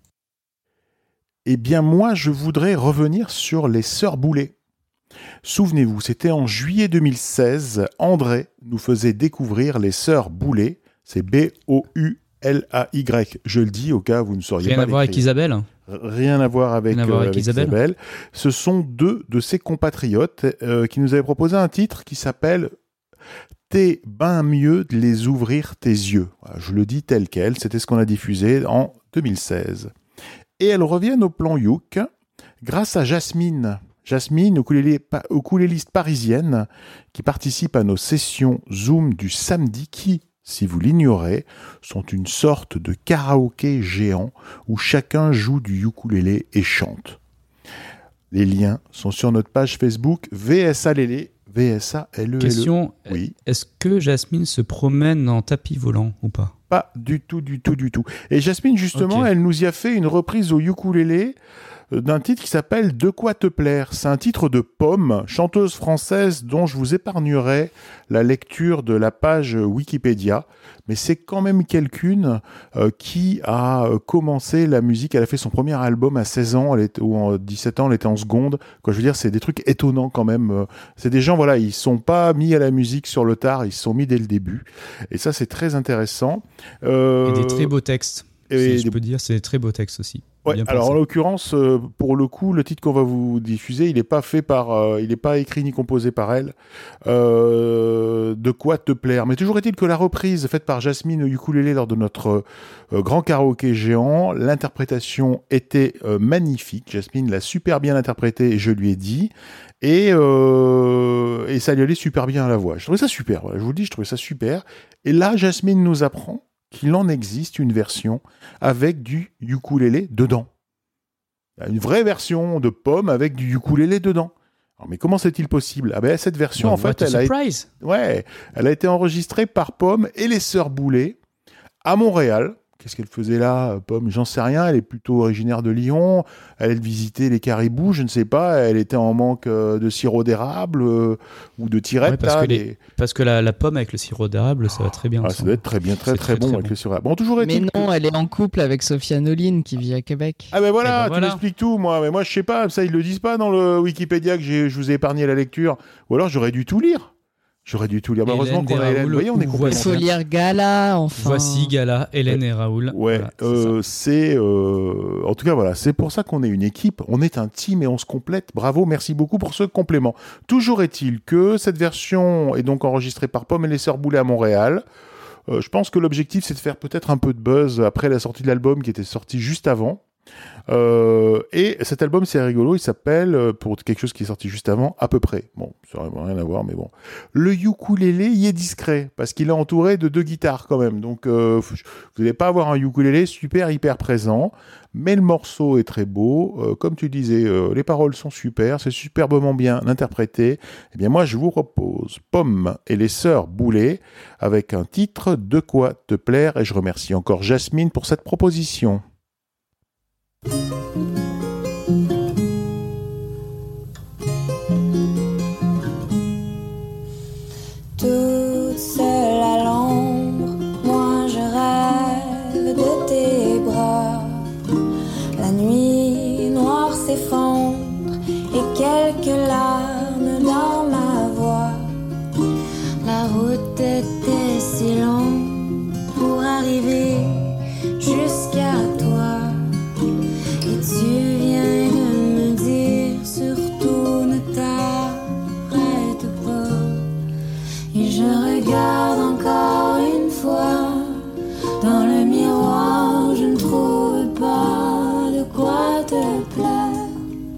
Eh bien, moi, je voudrais revenir sur les Sœurs Boulay. Souvenez-vous, c'était en juillet deux mille seize, André nous faisait découvrir les Sœurs Boulay. C'est B O U L A Y. Je le dis au cas où vous ne sauriez Rien pas à voir avec l'écrire. Isabelle. Rien à voir avec, Rien à voir euh, avec avec Isabelle. Isabelle. Ce sont deux de ses compatriotes euh, qui nous avaient proposé un titre qui s'appelle t'es ben mieux de les ouvrir tes yeux. Voilà, je le dis tel quel, c'était ce qu'on a diffusé en deux mille seize. Et elles reviennent au plan Youk grâce à Jasmine. Jasmine, ukulélé, ukuléliste parisienne, qui participe à nos sessions Zoom du samedi, qui, si vous l'ignorez, sont une sorte de karaoké géant où chacun joue du ukulélé et chante. Les liens sont sur notre page Facebook V S A Lélé, V S A L E L E. Question, oui. Est-ce que Jasmine se promène en tapis volant ou pas ? Pas du tout, du tout, du tout. Et Jasmine, justement, okay. elle nous y a fait une reprise au ukulélé d'un titre qui s'appelle « De quoi te plaire ». C'est un titre de Pomme, chanteuse française dont je vous épargnerai la lecture de la page Wikipédia. Mais c'est quand même quelqu'une euh, qui a commencé la musique. Elle a fait son premier album à seize ans, elle était, ou en dix-sept ans, elle était en seconde. Quoi, je veux dire, c'est des trucs étonnants quand même. C'est des gens, voilà, ils sont pas mis à la musique sur le tard, ils se sont mis dès le début. Et ça, c'est très intéressant. Euh... Et des très beaux textes. Et si je des... peux dire, c'est des très beaux textes aussi. Ouais, alors en l'occurrence, euh, pour le coup, le titre qu'on va vous diffuser, il n'est pas fait par, euh, il n'est pas écrit ni composé par elle. Euh, de quoi te plaire. Mais toujours est-il que la reprise faite par Jasmine au ukulélé lors de notre euh, grand karaoké géant, l'interprétation était euh, magnifique. Jasmine l'a super bien interprétée, et je lui ai dit, et euh, et ça lui allait super bien à la voix. Je trouvais ça super. Voilà, je vous le dis, je trouvais ça super. Et là, Jasmine nous apprend qu'il en existe une version avec du ukulélé dedans. Une vraie version de Pomme avec du ukulélé dedans. Alors, mais comment c'est-il possible ? Ah ben, cette version, well, en fait, elle a, été... ouais, elle a été enregistrée par Pomme et les Sœurs Boulay à Montréal. Qu'est-ce qu'elle faisait là, Pomme ? J'en sais rien. Elle est plutôt originaire de Lyon. Elle allait visiter les caribous, je ne sais pas. Elle était en manque euh, de sirop d'érable euh, ou de tirette. Ouais, parce, là, que les... les... parce que la, la pomme avec le sirop d'érable, ça va très bien. Ah, ça doit être très bien, très très, très, très bon très avec bon. Le sirop d'érable. Bon, toujours mais non, que... elle est en couple avec Sophia Noline qui vit à Québec. Ah ben voilà, ben tu voilà. m'expliques tout, moi. Mais moi, je sais pas, ça ils le disent pas dans le Wikipédia que j'ai, je vous ai épargné la lecture. Ou alors j'aurais dû tout lire. J'aurais dû tout lire. Malheureusement qu'on a Hélène. Vous voyez, on est complètement. Il faut lire Gala, enfin. Voici Gala, Hélène ouais. et Raoul. Ouais, voilà, euh, c'est. c'est euh... En tout cas, voilà, c'est pour ça qu'on est une équipe. On est un team et on se complète. Bravo, merci beaucoup pour ce complément. Toujours est-il que cette version est donc enregistrée par Pomme et les Sœurs Boulay à Montréal. Euh, je pense que l'objectif, c'est de faire peut-être un peu de buzz après la sortie de l'album qui était sorti juste avant. Euh, et cet album, c'est rigolo, il s'appelle, pour quelque chose qui est sorti juste avant, à peu près. Bon, ça n'a rien à voir, mais bon. Le ukulélé y est discret, parce qu'il est entouré de deux guitares quand même. Donc, euh, vous n'allez pas avoir un ukulélé super, hyper présent, mais le morceau est très beau. Euh, comme tu disais, euh, les paroles sont super, c'est superbement bien interprété. Eh bien, moi, je vous propose Pomme et les Sœurs Boulay, avec un titre, De quoi te plaire, et je remercie encore Jasmine pour cette proposition. Toute seule à l'ombre, moi je rêve de tes bras. La nuit noire s'effondre et quelques larmes dans ma voix. La route était si longue pour arriver jusqu'à toi. Et tu viens de me dire, surtout ne t'arrête pas. Et je regarde encore une fois dans le miroir, je ne trouve pas de quoi te plaire.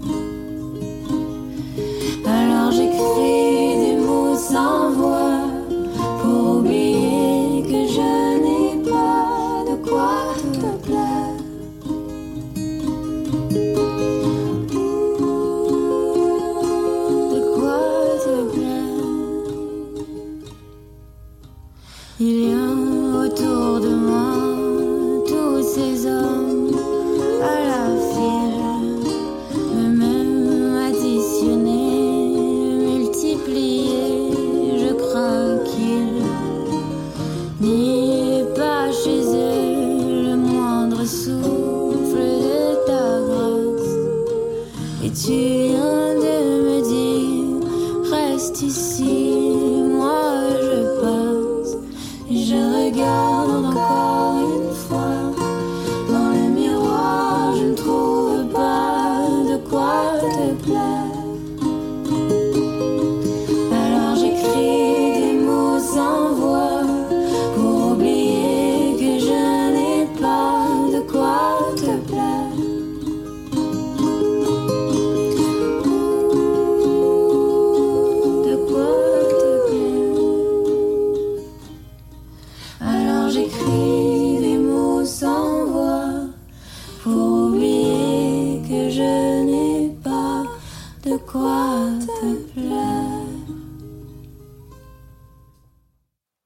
Alors j'écris des mots sans voix pour oublier que je n'ai pas de quoi te plaire. Il y a autour de moi tous ces hommes à la file, eux-mêmes additionnés, multipliés, je crains qu'ils n'y aient pas chez eux le moindre souffle de ta grâce. Et tu viens de me dire, reste ici, moi je passe. Je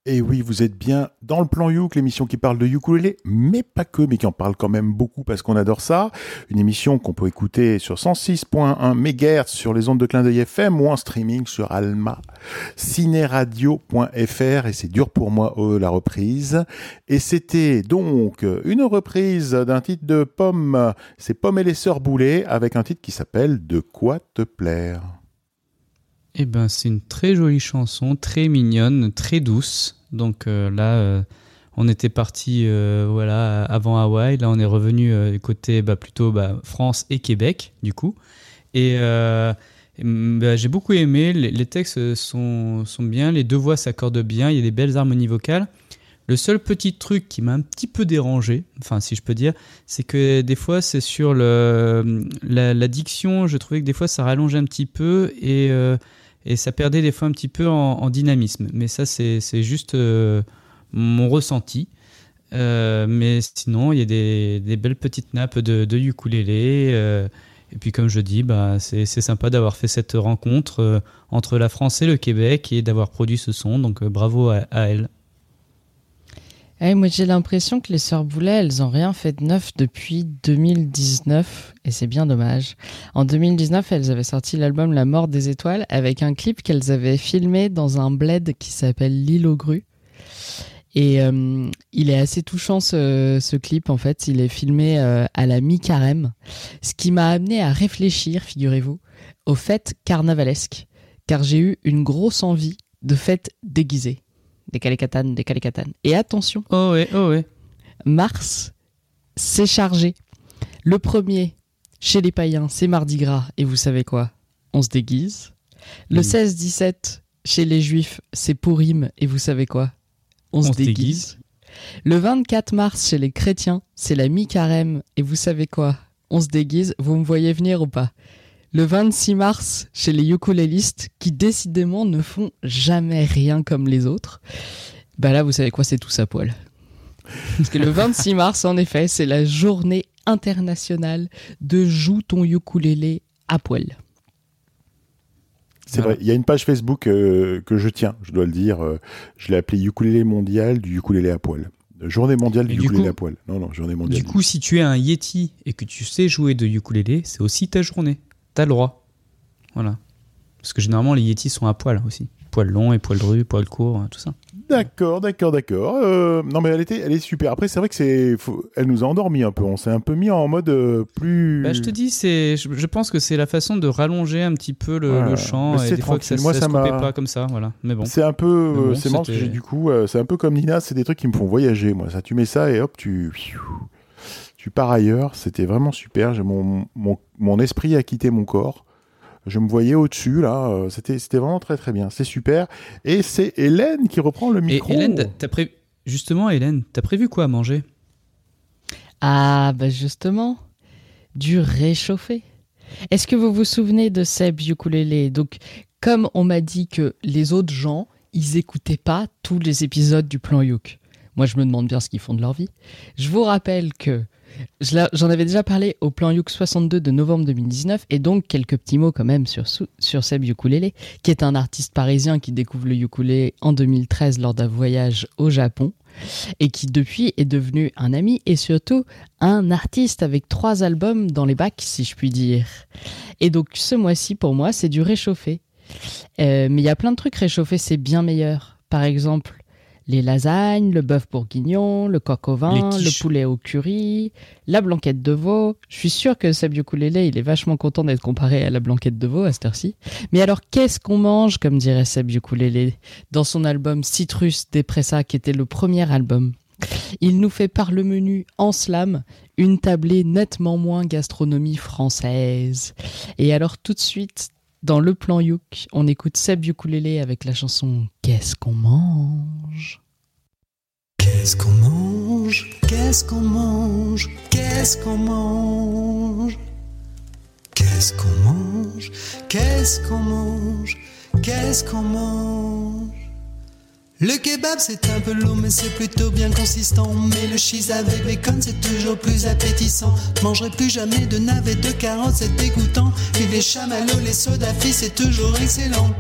Et oui, vous êtes bien dans le plan Youk, l'émission qui parle de ukulélé, mais pas que, mais qui en parle quand même beaucoup parce qu'on adore ça. Une émission qu'on peut écouter sur cent six virgule un mégahertz sur les ondes de Clin d'œil F M ou en streaming sur alma cinéradio point f r. Et c'est dur pour moi, euh, la reprise. Et c'était donc une reprise d'un titre de Pomme, c'est Pomme et les Sœurs Boulet, avec un titre qui s'appelle « De quoi te plaire ». Eh ben, c'est une très jolie chanson, très mignonne, très douce. Donc euh, là, euh, on était parti euh, voilà, avant Hawaï. Là, on est revenu euh, côté bah, plutôt bah, France et Québec, du coup. Et euh, bah, j'ai beaucoup aimé. Les, les textes sont, sont bien. Les deux voix s'accordent bien. Il y a des belles harmonies vocales. Le seul petit truc qui m'a un petit peu dérangé, enfin si je peux dire, c'est que des fois c'est sur le, la, la diction. Je trouvais que des fois ça rallongeait un petit peu et euh, et ça perdait des fois un petit peu en, en dynamisme. Mais ça, c'est, c'est juste euh, mon ressenti. Euh, mais sinon, il y a des, des belles petites nappes de, de ukulélé. Euh, et puis, comme je dis, bah, c'est, c'est sympa d'avoir fait cette rencontre euh, entre la France et le Québec et d'avoir produit ce son. Donc, euh, bravo à, à elle. Ouais, moi, j'ai l'impression que les Sœurs Boulet, elles n'ont rien fait de neuf depuis deux mille dix-neuf, et c'est bien dommage. En deux mille dix-neuf, elles avaient sorti l'album La Mort des Étoiles, avec un clip qu'elles avaient filmé dans un bled qui s'appelle l'Île aux Grues. Et euh, il est assez touchant, ce, ce clip, en fait. Il est filmé euh, à la mi-carême, ce qui m'a amené à réfléchir, figurez-vous, aux fêtes carnavalesques, car j'ai eu une grosse envie de fêtes déguisées. Des calécatanes, des calécatanes. Et attention, oh ouais, oh ouais. mars, c'est chargé. Le premier, chez les païens, c'est Mardi Gras. Et vous savez quoi ? On se déguise. Le mmh. seize dix-sept, chez les juifs, c'est Pourim. Et vous savez quoi ? On, On se déguise. déguise. Le vingt-quatre mars, chez les chrétiens, c'est la mi-carême. Et vous savez quoi ? On se déguise. Vous me voyez venir ou pas ? Le vingt-six mars, chez les ukulélistes, qui décidément ne font jamais rien comme les autres, bah là, vous savez quoi, c'est tous à poil. Parce que le vingt-six mars, en effet, c'est la journée internationale de joue ton ukulélé à poil. C'est vrai, il y a une page Facebook euh, que je tiens, je dois le dire. Euh, je l'ai appelée Ukulélé mondial du ukulélé à poil. Journée mondiale du, du ukulélé coup, à poil. Non, non, journée mondiale. Du coup, si tu es un Yeti et que tu sais jouer de ukulélé, c'est aussi ta journée. T'as le droit. Voilà. Parce que généralement, les Yetis sont à poil aussi. Poil long et poil dru, poil court, tout ça. D'accord, d'accord, d'accord. Euh, non, mais elle, était, elle est super. Après, c'est vrai que c'est, faut, elle nous a endormis un peu. On s'est un peu mis en mode euh, plus... Bah, je te dis, c'est, je, je pense que c'est la façon de rallonger un petit peu le, voilà. le chant. Mais et c'est des fois que ça, Moi, ça, ça se m'a... coupait pas comme ça. Voilà. Mais bon. C'est un peu... bon, c'est marrant parce que j'ai, du coup, euh, c'est un peu comme Nina. C'est des trucs qui me font voyager, moi. Ça, tu mets ça et hop, tu... Tu pars ailleurs. C'était vraiment super. J'ai mon, mon, mon esprit a quitté mon corps. Je me voyais au-dessus, là. C'était, c'était vraiment très, très bien. C'est super. Et c'est Hélène qui reprend le micro. Et Hélène, t'as pré... justement, Hélène, t'as prévu quoi à manger ? Ah, bah justement, du réchauffé. Est-ce que vous vous souvenez de Seb Ukulélé ? Donc, comme on m'a dit que les autres gens, ils écoutaient pas tous les épisodes du Plan Youk. Moi, je me demande bien ce qu'ils font de leur vie. Je vous rappelle que j'en avais déjà parlé au Plan Youk soixante-deux de novembre deux mille dix-neuf, et donc quelques petits mots quand même sur, sur Seb Ukulélé, qui est un artiste parisien qui découvre le ukulélé en deux mille treize lors d'un voyage au Japon, et qui depuis est devenu un ami et surtout un artiste avec trois albums dans les bacs, si je puis dire. Et donc ce mois-ci, pour moi, c'est du réchauffé. Euh, mais il y a plein de trucs réchauffés, c'est bien meilleur. Par exemple, les lasagnes, le bœuf bourguignon, le coq au vin, le poulet au curry, la blanquette de veau. Je suis sûr que Seb Ukulélé, il est vachement content d'être comparé à la blanquette de veau à cette heure-ci. Mais alors, qu'est-ce qu'on mange, comme dirait Seb Ukulélé, dans son album Citrus Depressa, qui était le premier album ? Il nous fait par le menu en slam une tablée nettement moins gastronomie française. Et alors, tout de suite, dans le Plan Youk, on écoute Seb Ukulélé avec la chanson « Qu'est-ce qu'on mange ?» Qu'est-ce qu'on mange ? Qu'est-ce qu'on mange ? Qu'est-ce qu'on mange ? Qu'est-ce qu'on mange ? Qu'est-ce qu'on mange ? Qu'est-ce qu'on mange ? Le kebab c'est un peu lourd mais c'est plutôt bien consistant. Mais le cheese avec bacon c'est toujours plus appétissant. Je mangerai plus jamais de navets de carottes, c'est dégoûtant. Puis les chamallows, les sodas c'est toujours excellent.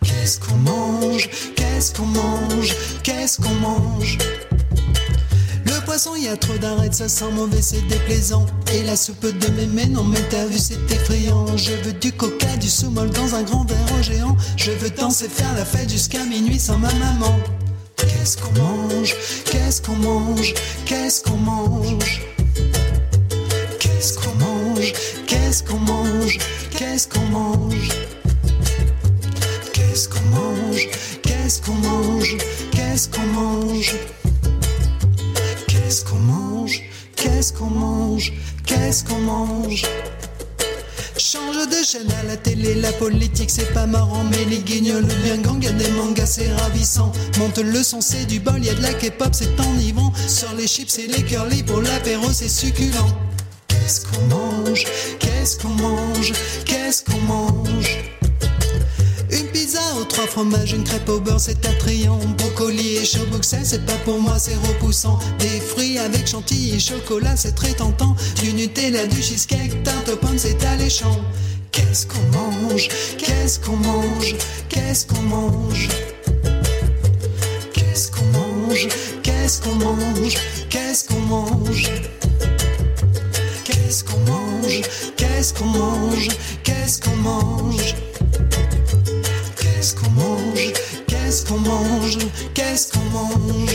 Qu'est-ce qu'on mange? Qu'est-ce qu'on mange? Qu'est-ce qu'on mange? Le poisson, y a trop d'arêtes, ça sent mauvais, c'est déplaisant. Et la soupe de mémé, non mais t'as vu, c'est effrayant. Je veux du coca, du soumol dans un grand verre géant. Je veux danser, faire la fête jusqu'à minuit sans ma maman. Qu'est-ce qu'on mange? Qu'est-ce qu'on mange? Qu'est-ce qu'on mange? Qu'est-ce qu'on mange? Qu'est-ce qu'on mange? Qu'est-ce qu'on mange? Qu'est-ce qu'on mange? Qu'est-ce qu'on mange? Qu'est-ce qu'on mange? Qu'est-ce qu'on mange? Qu'est-ce qu'on mange? Qu'est-ce qu'on mange? Change de chaîne à la télé, la politique c'est pas marrant, mais les guignols bien gang, y'a des mangas c'est ravissant. Monte le son, c'est du bol, y'a de la K-pop, c'est enivrant. Sur les chips et les curly, pour l'apéro c'est succulent. Qu'est-ce qu'on mange? Qu'est-ce qu'on mange? Qu'est-ce qu'on mange? Une pizza aux trois fromages, une crêpe au beurre, c'est attrayant. Brocoli et chaud Bruxelles, c'est pas pour moi, c'est repoussant. Des fruits avec chantilly et chocolat, c'est très tentant. Du Nutella, du cheesecake, tarte aux pommes, c'est alléchant. Qu'est-ce qu'on mange? Qu'est-ce qu'on mange? Qu'est-ce qu'on mange? Qu'est-ce qu'on mange? Qu'est-ce qu'on mange? Qu'est-ce qu'on mange? Qu'est-ce qu'on mange? Qu'est-ce qu'on mange? Qu'est-ce qu'on mange? Qu'est-ce qu'on mange? Qu'est-ce qu'on mange? Qu'est-ce qu'on mange?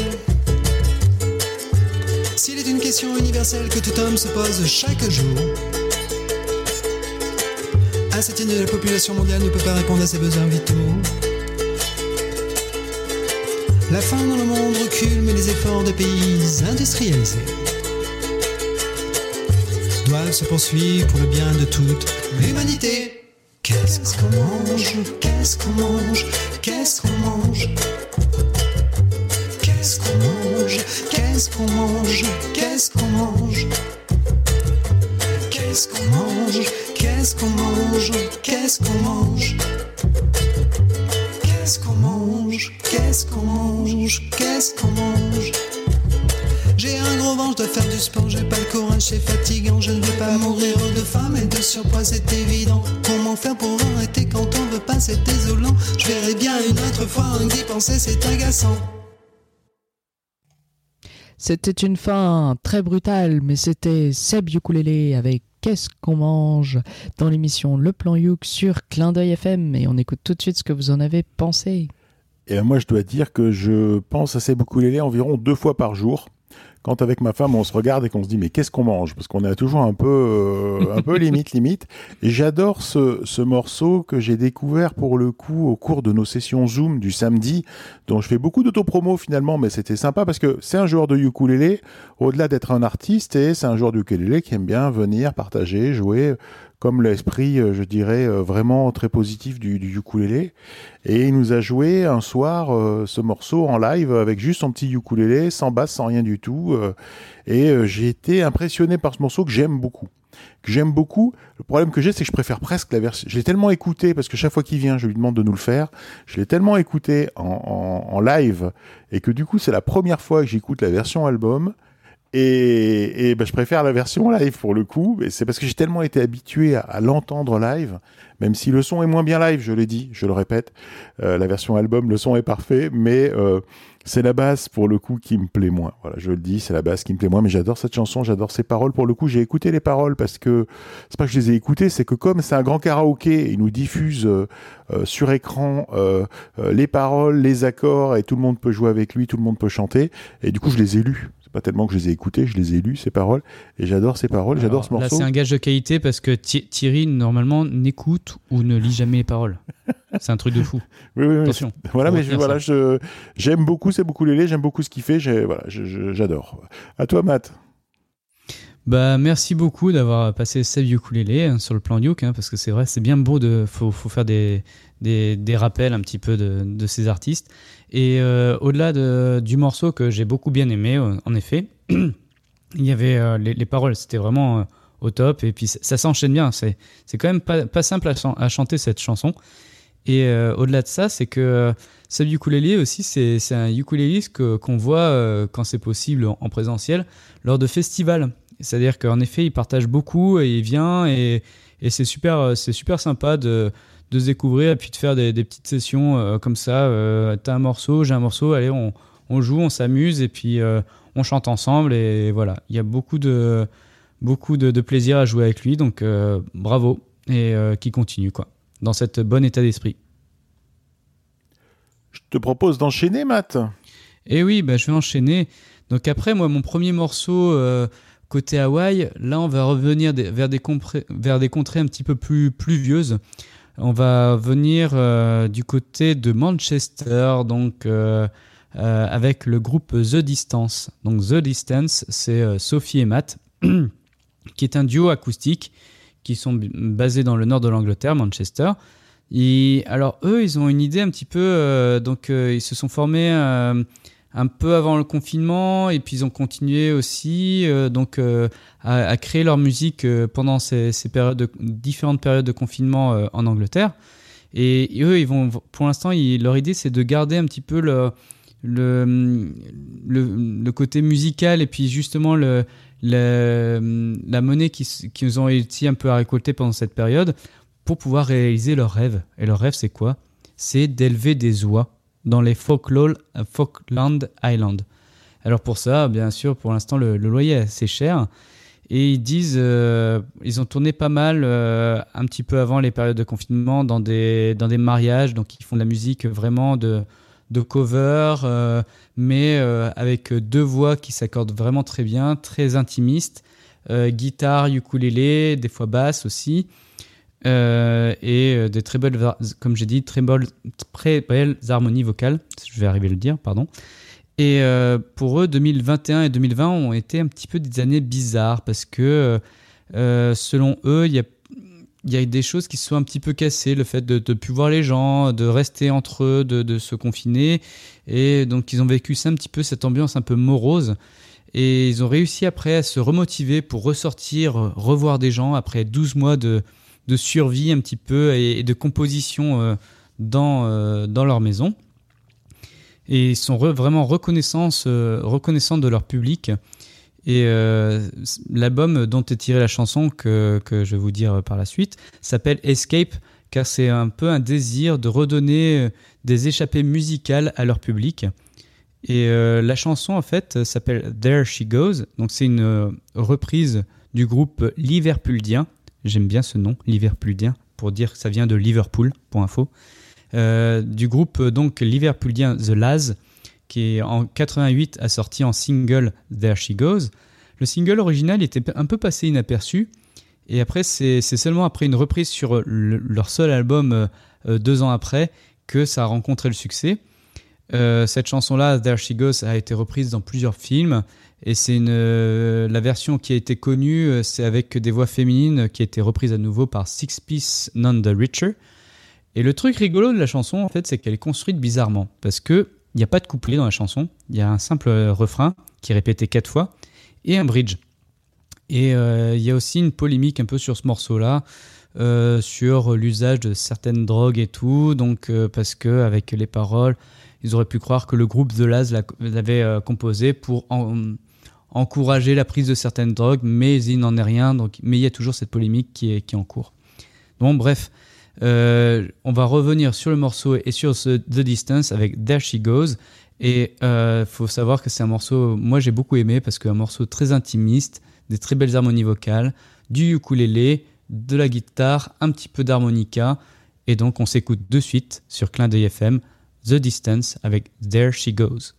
S'il est une question universelle que tout homme se pose chaque jour, un septième de la population mondiale ne peut pas répondre à ses besoins vitaux. La faim dans le monde recule, mais les efforts des pays industrialisés doivent se poursuivre pour le bien de toute l'humanité. Qu'est-ce qu'on mange? Qu'est-ce qu'on mange? Qu'est-ce qu'on mange? Qu'est-ce qu'on mange? Qu'est-ce qu'on mange? Qu'est-ce qu'on mange? Qu'est-ce qu'on mange? Qu'est-ce qu'on mange? Qu'est-ce qu'on mange? Qu'est-ce qu'on mange? Qu'est-ce qu'on mange? Qu'est-ce qu'on mange? J'ai un gros ventre, je dois faire du sport, j'ai pas le courage, c'est fatigant. Je ne veux pas mourir de faim, mais de surpoids c'est évident. Comment faire pour arrêter quand on veut pas, c'est désolant. Je verrai bien une autre fois, un d'y penser c'est agaçant. C'était une fin très brutale, mais c'était Seb Ukulélé avec Qu'est-ce qu'on mange dans l'émission Le Plan Youk sur Clin d'œil F M, et on écoute tout de suite ce que vous en avez pensé. Et moi, je dois dire que je pense à Seb Ukulélé environ deux fois par jour. Quand avec ma femme on se regarde et qu'on se dit mais qu'est-ce qu'on mange, parce qu'on est toujours un peu euh, un peu limite limite. Et j'adore ce ce morceau que j'ai découvert pour le coup au cours de nos sessions Zoom du samedi, dont je fais beaucoup d'autopromo finalement, mais c'était sympa parce que c'est un joueur de ukulélé au-delà d'être un artiste, et c'est un joueur de ukulélé qui aime bien venir partager, jouer, comme l'esprit, je dirais, vraiment très positif du, du ukulélé. Et il nous a joué un soir euh, ce morceau en live avec juste son petit ukulélé, sans basse, sans rien du tout. Euh, et euh, j'ai été impressionné par ce morceau que j'aime beaucoup. Que j'aime beaucoup. Le problème que j'ai, c'est que je préfère presque la version... Je l'ai tellement écouté, parce que chaque fois qu'il vient, je lui demande de nous le faire. Je l'ai tellement écouté en, en, en live, et que du coup, c'est la première fois que j'écoute la version album. Et, et ben, je préfère la version live pour le coup, et c'est parce que j'ai tellement été habitué à, à l'entendre live, même si le son est moins bien live, je l'ai dit, je le répète, euh, la version album, le son est parfait, mais euh, c'est la basse pour le coup qui me plaît moins. Voilà, je le dis, c'est la basse qui me plaît moins, mais j'adore cette chanson, j'adore ses paroles. Pour le coup, j'ai écouté les paroles parce que c'est pas que je les ai écoutées, c'est que comme c'est un grand karaoké, il nous diffuse euh, euh, sur écran euh, euh, les paroles, les accords, et tout le monde peut jouer avec lui, tout le monde peut chanter, et du coup, je les ai lus. C'est pas tellement que je les ai écoutés, je les ai lus, ces paroles, et j'adore ces paroles, Alors, j'adore ce morceau. Là, c'est un gage de qualité parce que Thi- Thierry, normalement, n'écoute ou ne lit jamais les paroles. C'est un truc de fou. Oui, oui, oui. Attention. Voilà, Faut mais je, retenir voilà, ça. je, j'aime beaucoup Seb Ukulélé, j'aime beaucoup ce qu'il fait, j'ai, voilà, je, je, j'adore. À toi, Matt. Bah, merci beaucoup d'avoir passé Seb Ukulélé hein, sur le plan Youk, hein, parce que c'est vrai, c'est bien beau de, faut, faut faire des, des, des rappels un petit peu de, de ces artistes. Et euh, au-delà de, du morceau que j'ai beaucoup bien aimé, euh, en effet, il y avait euh, les, les paroles, c'était vraiment euh, au top, et puis ça, ça s'enchaîne bien. C'est, c'est quand même pas, pas simple à, ch- à chanter cette chanson. Et euh, au-delà de ça, c'est que euh, Seb Ukulélé aussi, c'est, c'est un ukuléliste que, qu'on voit euh, quand c'est possible en, en présentiel lors de festivals. C'est-à-dire qu'en effet, il partage beaucoup et il vient et, et c'est super, c'est super sympa de, de se découvrir et puis de faire des, des petites sessions euh, comme ça. Euh, t'as un morceau, j'ai un morceau, allez, on, on joue, on s'amuse et puis euh, on chante ensemble. Et voilà, il y a beaucoup de, beaucoup de, de plaisir à jouer avec lui. Donc euh, bravo et euh, qui continue quoi, dans cet bon état d'esprit. Je te propose d'enchaîner, Matt. Et oui, bah, je vais enchaîner. Donc après, moi, mon premier morceau euh, côté Hawaï, là, on va revenir des, vers, des compré- vers des contrées un petit peu plus pluvieuses. On va venir euh, du côté de Manchester, donc euh, euh, avec le groupe The Distance. Donc The Distance, c'est euh, Sophie et Matt, qui est un duo acoustique, qui sont b- basés dans le nord de l'Angleterre, Manchester. Et alors eux, ils ont une idée un petit peu, euh, donc euh, ils se sont formés euh, un peu avant le confinement et puis ils ont continué aussi euh, donc euh, à, à créer leur musique euh, pendant ces, ces périodes de, différentes périodes de confinement euh, en Angleterre. Et, et eux, ils vont, pour l'instant, ils, leur idée c'est de garder un petit peu le le, le, le côté musical et puis justement le, le la monnaie qu'ils, qu'ils ont réussi un peu à récolter pendant cette période, pour pouvoir réaliser leurs rêves. Et leur rêve, c'est quoi ? C'est d'élever des oies dans les Falkland, Falkland Islands. Alors pour ça, bien sûr, pour l'instant, le, le loyer est assez cher. Et ils disent, euh, ils ont tourné pas mal euh, un petit peu avant les périodes de confinement dans des, dans des mariages. Donc ils font de la musique vraiment de, de cover, euh, mais euh, avec deux voix qui s'accordent vraiment très bien, très intimistes. Euh, guitare, ukulélé, des fois basse aussi. Euh, et euh, des très belles, comme j'ai dit, très belles, très belles harmonies vocales, je vais arriver à le dire, pardon. Et euh, pour eux, deux mille vingt et un et deux mille vingt ont été un petit peu des années bizarres parce que euh, selon eux, il y a, il y a des choses qui se sont un petit peu cassées, le fait de ne plus voir les gens, de rester entre eux, de, de se confiner. Et donc, ils ont vécu ça un petit peu, cette ambiance un peu morose. Et ils ont réussi après à se remotiver pour ressortir, revoir des gens après douze mois de de survie un petit peu et, et de composition euh, dans, euh, dans leur maison. Et ils sont re, vraiment reconnaissants, euh, reconnaissants de leur public. Et euh, l'album dont est tirée la chanson que, que je vais vous dire par la suite s'appelle Escape, car c'est un peu un désir de redonner des échappées musicales à leur public. Et euh, la chanson, en fait, s'appelle There She Goes. Donc c'est une euh, reprise du groupe Liverpoolien. J'aime bien ce nom, Liverpoolien, pour dire que ça vient de Liverpool, pour info. Euh, du groupe donc Liverpoolien The La's, qui en quatre-vingt-huit a sorti en single There She Goes. Le single original était un peu passé inaperçu, et après c'est, c'est seulement après une reprise sur le, leur seul album euh, deux ans après que ça a rencontré le succès. Euh, cette chanson-là, There She Goes, a été reprise dans plusieurs films. Et c'est une, euh, la version qui a été connue, euh, c'est avec des voix féminines qui a été reprise à nouveau par Six Piece None the Richer. Et le truc rigolo de la chanson, en fait, c'est qu'elle est construite bizarrement. Parce qu'il n'y a pas de couplet dans la chanson. Il y a un simple refrain qui est répété quatre fois et un bridge. Et il euh, y a aussi une polémique un peu sur ce morceau-là, euh, sur l'usage de certaines drogues et tout. Donc, euh, parce qu'avec les paroles, ils auraient pu croire que le groupe The La's l'avait euh, composé pour en, encourager la prise de certaines drogues, mais il n'en est rien. Donc, mais il y a toujours cette polémique qui est, qui est en cours. Bon, bref, euh, on va revenir sur le morceau et sur ce The Distance avec There She Goes. Et il euh, faut savoir que c'est un morceau, moi j'ai beaucoup aimé parce qu'un morceau très intimiste, des très belles harmonies vocales, du ukulélé, de la guitare, un petit peu d'harmonica. Et donc on s'écoute de suite sur Clin d'œil F M, The Distance avec There She Goes.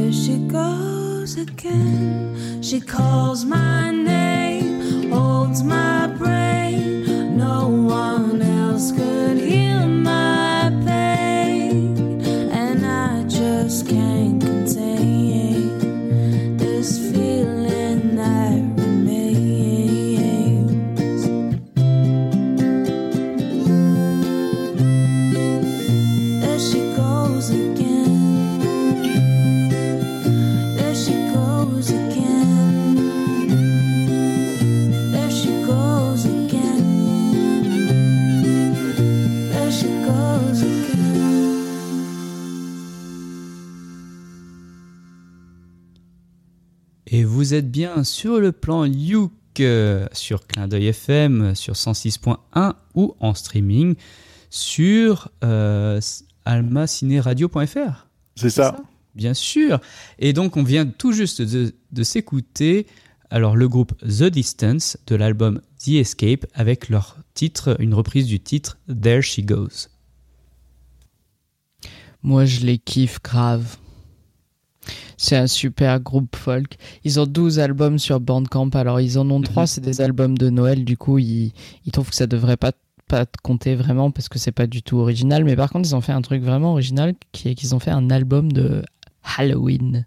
There she goes again. She calls my name, holds my brain. No one else could heal my pain, and I just can't contain this feeling that remains. There she goes again. There she goes again. There she goes again. There she goes again. Et vous êtes bien sur le plan Youk, euh, sur Clin d'œil F M, sur cent six point un ou en streaming sur euh, alma ciné radio point f r. C'est ça. Bien sûr. Et donc, on vient tout juste de, de s'écouter alors, le groupe The Distance de l'album The Escape avec leur titre, une reprise du titre There She Goes. Moi, je les kiffe grave. C'est un super groupe folk. Ils ont douze albums sur Bandcamp. Alors, ils en ont trois, c'est des albums de Noël. Du coup, ils, ils trouvent que ça devrait pas, pas compter vraiment parce que c'est pas du tout original. Mais par contre, ils ont fait un truc vraiment original qui est qu'ils ont fait un album de Halloween.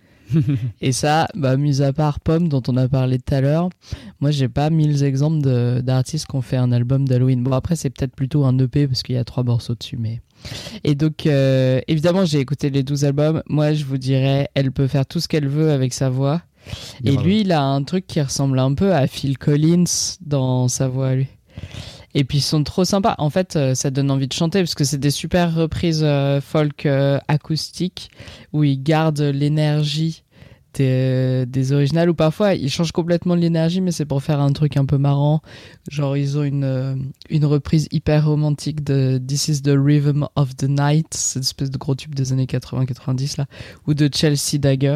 Et ça, bah, mis à part Pomme dont on a parlé tout à l'heure, moi j'ai pas mille exemples de, d'artistes qui ont fait un album d'Halloween. Bon, après c'est peut-être plutôt un E P parce qu'il y a trois morceaux dessus, mais... Et donc euh, évidemment j'ai écouté les douze albums. Moi je vous dirais, elle peut faire tout ce qu'elle veut avec sa voix. Et Bravo. lui il a un truc qui ressemble un peu à Phil Collins dans sa voix lui. Et puis ils sont trop sympas. En fait, euh, ça donne envie de chanter parce que c'est des super reprises euh, folk euh, acoustiques où ils gardent l'énergie des, des originales, ou parfois ils changent complètement l'énergie, mais c'est pour faire un truc un peu marrant. Genre ils ont une, euh, une reprise hyper romantique de This is the Rhythm of the Night, cette espèce de gros tube des années quatre-vingts quatre-vingt-dix là, ou de Chelsea Dagger.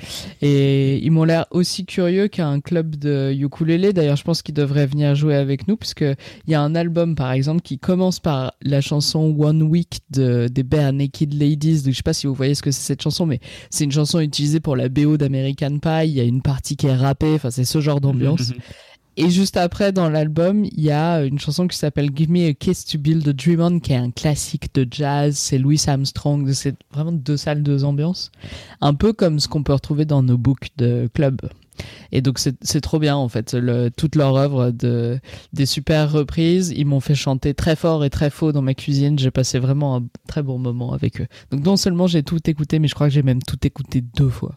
Et ils m'ont l'air aussi curieux qu'un club de ukulélé. D'ailleurs, je pense qu'ils devraient venir jouer avec nous, puisque il y a un album, par exemple, qui commence par la chanson One Week de, des Bare Naked Ladies. Donc, je sais pas si vous voyez ce que c'est cette chanson, mais c'est une chanson utilisée pour la B O d'American Pie. Il y a une partie qui est rappée. Enfin, c'est ce genre d'ambiance. Et juste après, dans l'album, il y a une chanson qui s'appelle Give Me a Kiss to Build a Dream On, qui est un classique de jazz. C'est Louis Armstrong. C'est vraiment deux salles, deux ambiances. Un peu comme ce qu'on peut retrouver dans nos books de club. Et donc, c'est, c'est trop bien, en fait. Le, toute leur œuvre, de, des super reprises. Ils m'ont fait chanter très fort et très faux dans ma cuisine. J'ai passé vraiment un très bon moment avec eux. Donc, non seulement j'ai tout écouté, mais je crois que j'ai même tout écouté deux fois.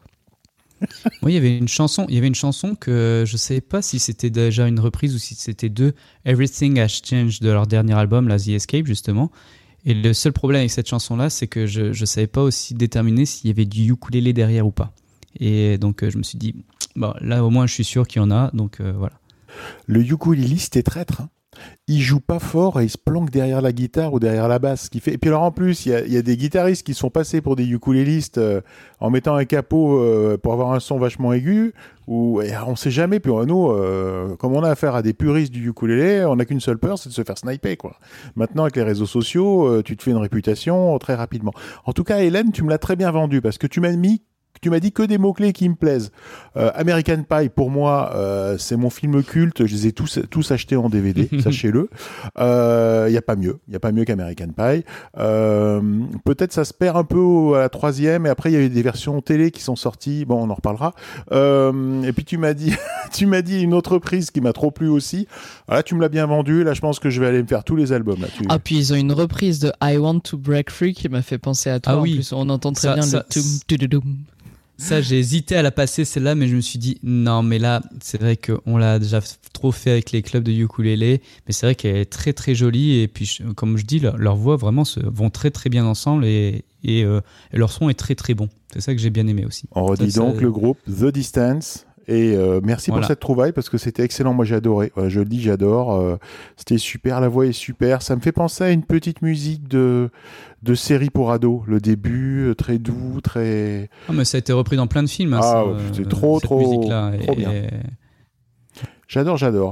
Oui, il y avait une chanson, il y avait une chanson que je savais pas si c'était déjà une reprise ou si c'était de Everything Has Changed de leur dernier album, là, The Escape, justement. Et le seul problème avec cette chanson-là, c'est que je je savais pas aussi déterminer s'il y avait du ukulélé derrière ou pas. Et donc euh, je me suis dit, bon, là au moins je suis sûr qu'il y en a, donc euh, voilà. Le ukuléliste est traître. Hein. Il joue pas fort et il se planque derrière la guitare ou derrière la basse. Ce qui fait... Et puis alors en plus, il y a, il y a des guitaristes qui sont passés pour des ukulélistes euh, en mettant un capot euh, pour avoir un son vachement aigu. Ou et on sait jamais. Puis nous, euh, comme on a affaire à des puristes du ukulélé, on n'a qu'une seule peur, c'est de se faire sniper, quoi. Maintenant, avec les réseaux sociaux, euh, tu te fais une réputation très rapidement. En tout cas, Hélène, tu me l'as très bien vendu parce que tu m'as mis Tu m'as dit que des mots-clés qui me plaisent. Euh, American Pie, pour moi, euh, c'est mon film culte. Je les ai tous, tous achetés en D V D, sachez-le. Il euh, n'y a pas mieux. Il n'y a pas mieux qu'American Pie. Euh, peut-être ça se perd un peu à la troisième. Et après, il y a eu des versions télé qui sont sorties. Bon, on en reparlera. Euh, et puis, tu m'as dit, tu m'as dit une autre reprise qui m'a trop plu aussi. Là, tu me l'as bien vendu. Là, je pense que je vais aller me faire tous les albums. Là, tu... Ah, puis ils ont une reprise de I Want to Break Free qui m'a fait penser à toi. Ah en oui. plus, on entend très Ça- bien ça- le toum, toudoum. Ça, j'ai hésité à la passer celle-là, mais je me suis dit non, mais là, c'est vrai qu'on l'a déjà trop fait avec les clubs de ukulélé, mais c'est vrai qu'elle est très très jolie et puis je- comme je dis, leur, leurs voix vraiment se, vont très très bien ensemble et, et, euh, et leur son est très très bon. C'est ça que j'ai bien aimé aussi. On redit Ça, donc ça- le groupe The Distance. Et euh, merci Voilà. pour cette trouvaille parce que c'était excellent. Moi, j'ai adoré. Voilà, je le dis, j'adore. Euh, c'était super. La voix est super. Ça me fait penser à une petite musique de de série pour ados. Le début, euh, très doux, très. Ah, mais ça a été repris dans plein de films. Hein, Ah, ça, ouais, euh, c'est trop, cette trop- musique-là. trop Et- bien. et- J'adore, j'adore.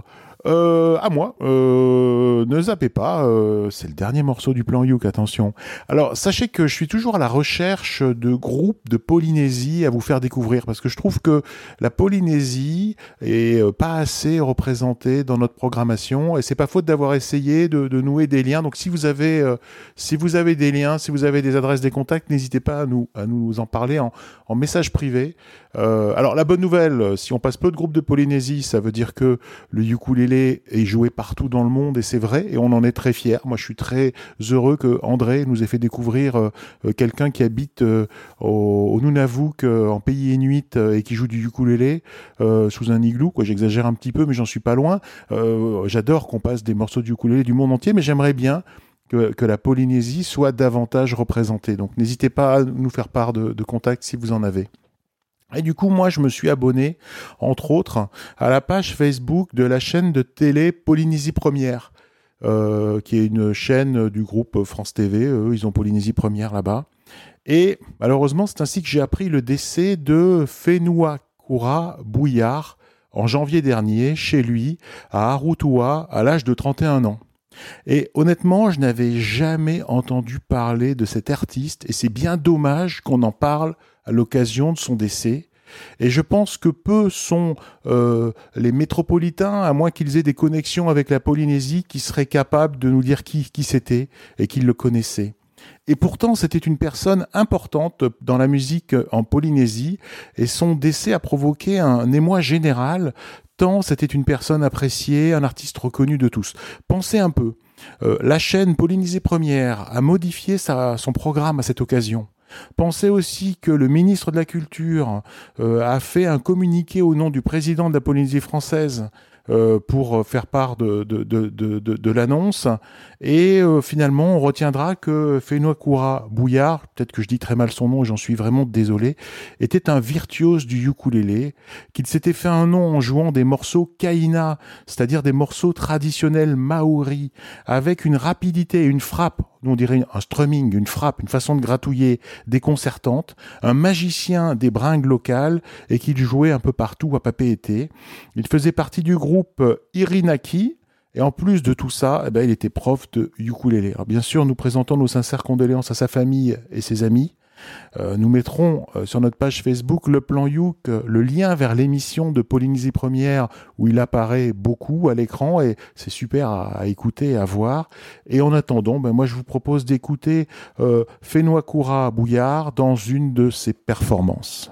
Euh, à moi, euh, ne zappez pas, euh, c'est le dernier morceau du plan Youk, attention. Alors, sachez que je suis toujours à la recherche de groupes de Polynésie à vous faire découvrir, parce que je trouve que la Polynésie est pas assez représentée dans notre programmation, et c'est pas faute d'avoir essayé de, de nouer des liens. Donc, si vous avez, euh, si vous avez des liens, si vous avez des adresses, des contacts, n'hésitez pas à nous, à nous en parler en, en message privé. Euh, alors, la bonne nouvelle, si on passe peu de groupes de Polynésie, ça veut dire que le ukulélé est joué partout dans le monde, et c'est vrai, et on en est très fiers. Moi, je suis très heureux que André nous ait fait découvrir euh, quelqu'un qui habite euh, au, au Nunavut, euh, en pays inuit, euh, et qui joue du ukulélé euh, sous un igloo. Quoi, j'exagère un petit peu, mais j'en suis pas loin. Euh, j'adore qu'on passe des morceaux de ukulélé du monde entier, mais j'aimerais bien que, que la Polynésie soit davantage représentée. Donc, n'hésitez pas à nous faire part de, de contacts si vous en avez. Et du coup, moi, je me suis abonné, entre autres, à la page Facebook de la chaîne de télé Polynésie Première, euh, qui est une chaîne du groupe France T V. Eux, ils ont Polynésie Première là-bas. Et malheureusement, c'est ainsi que j'ai appris le décès de Whenua-Kura Bouillard en janvier dernier, chez lui, à Arotua, à l'âge de trente et un ans. Et honnêtement, je n'avais jamais entendu parler de cet artiste, et c'est bien dommage qu'on en parle à l'occasion de son décès. Et je pense que peu sont euh, les métropolitains, à moins qu'ils aient des connexions avec la Polynésie, qui seraient capables de nous dire qui, qui c'était et qu'ils le connaissaient. Et pourtant, c'était une personne importante dans la musique en Polynésie, et son décès a provoqué un émoi général, tant c'était une personne appréciée, un artiste reconnu de tous. Pensez un peu, euh, la chaîne Polynésie Première a modifié sa, son programme à cette occasion. Pensez aussi que le ministre de la Culture euh, a fait un communiqué au nom du président de la Polynésie française euh, pour faire part de, de, de, de, de, de l'annonce. Et euh, finalement, on retiendra que Whenua-Kura Bouillard, peut-être que je dis très mal son nom et j'en suis vraiment désolé, était un virtuose du ukulélé, qu'il s'était fait un nom en jouant des morceaux kaina, c'est-à-dire des morceaux traditionnels maoris, avec une rapidité et une frappe, on dirait un strumming, une frappe, une façon de gratouiller déconcertante, un magicien des bringues locales, et qu'il jouait un peu partout à Papeete. Il faisait partie du groupe Irinaki, et en plus de tout ça, eh ben, il était prof de ukulélé. Alors bien sûr, nous présentons nos sincères condoléances à sa famille et ses amis. Euh, nous mettrons euh, sur notre page Facebook le plan Youk, euh, le lien vers l'émission de Polynésie Première où il apparaît beaucoup à l'écran, et c'est super à, à écouter et à voir. Et en attendant, ben, moi je vous propose d'écouter euh, Whenua-Kura Bouillard dans une de ses performances.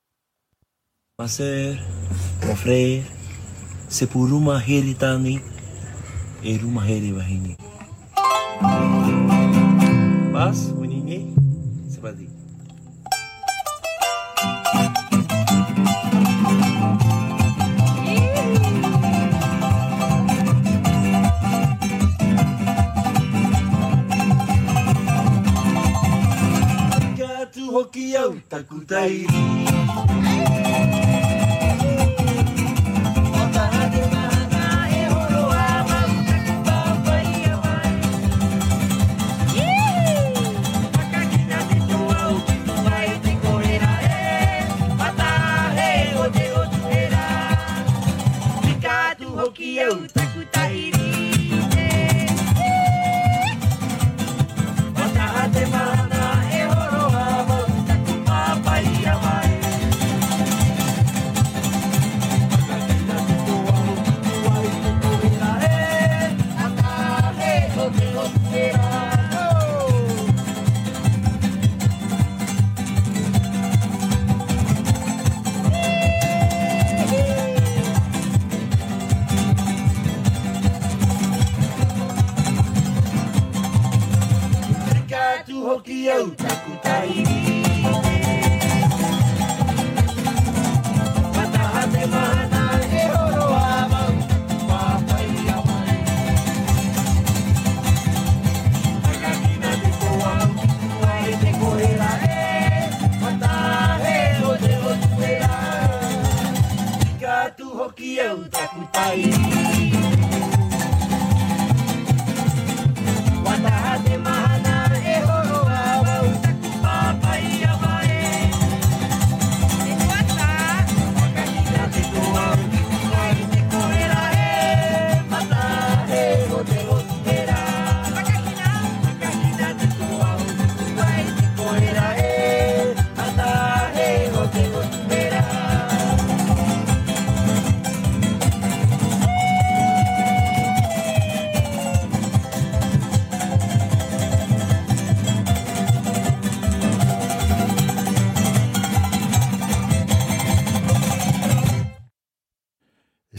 Ma sœur, mon frère, c'est pour Ruma Heritani et Ruma Heri Wahini. Bass, Winnie, c'est parti. Gatu hoki au takutai.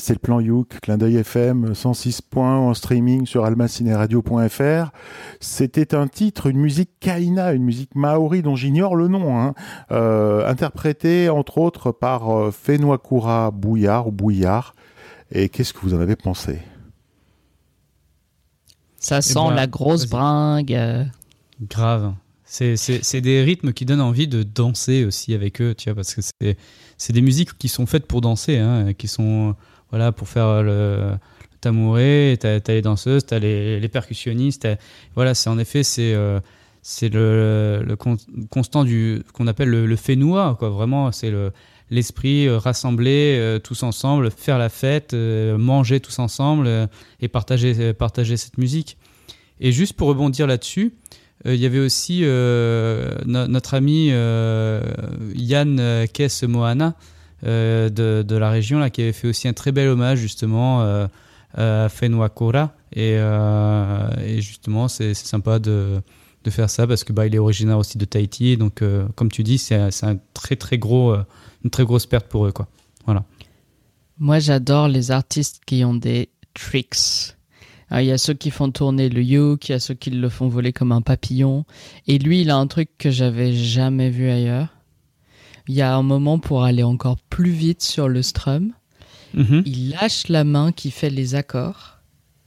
C'est le plan Youk, clin d'œil F M, cent six points en streaming sur almacineradio point f r. C'était un titre, une musique kaina, une musique maori dont j'ignore le nom, hein, euh, interprétée entre autres par euh, Fenwakura Bouillard ou Bouillard. Et qu'est-ce que vous en avez pensé ? Ça sent ben, la grosse vas-y. bringue. euh. Grave. C'est, c'est, c'est des rythmes qui donnent envie de danser aussi avec eux, tu vois, parce que c'est, c'est des musiques qui sont faites pour danser, hein, qui sont, voilà, pour faire le, le tamouré, t'as, t'as les danseuses, t'as les, les percussionnistes, t'as, voilà, c'est en effet, c'est, euh, c'est le, le con, constant du, qu'on appelle le, le fenua, quoi, vraiment, c'est le, l'esprit euh, rassemblé euh, tous ensemble, faire la fête, euh, manger tous ensemble euh, et partager, euh, partager cette musique. Et juste pour rebondir là-dessus, il euh, y avait aussi euh, no- notre ami euh, Yann Kess Mohana euh, de, de la région là, qui avait fait aussi un très bel hommage justement euh, à Fenwakura et, euh, et justement c'est, c'est sympa de, de faire ça parce que bah, il est originaire aussi de Tahiti, donc euh, comme tu dis c'est, c'est un très très gros, euh, une très grosse perte pour eux, quoi. Voilà. Moi, j'adore les artistes qui ont des tricks. Il y a ceux qui font tourner le yoke, il y a ceux qui le font voler comme un papillon. Et lui, il a un truc que j'avais jamais vu ailleurs. Il y a un moment pour aller encore plus vite sur le strum. Mm-hmm. Il lâche la main qui fait les accords.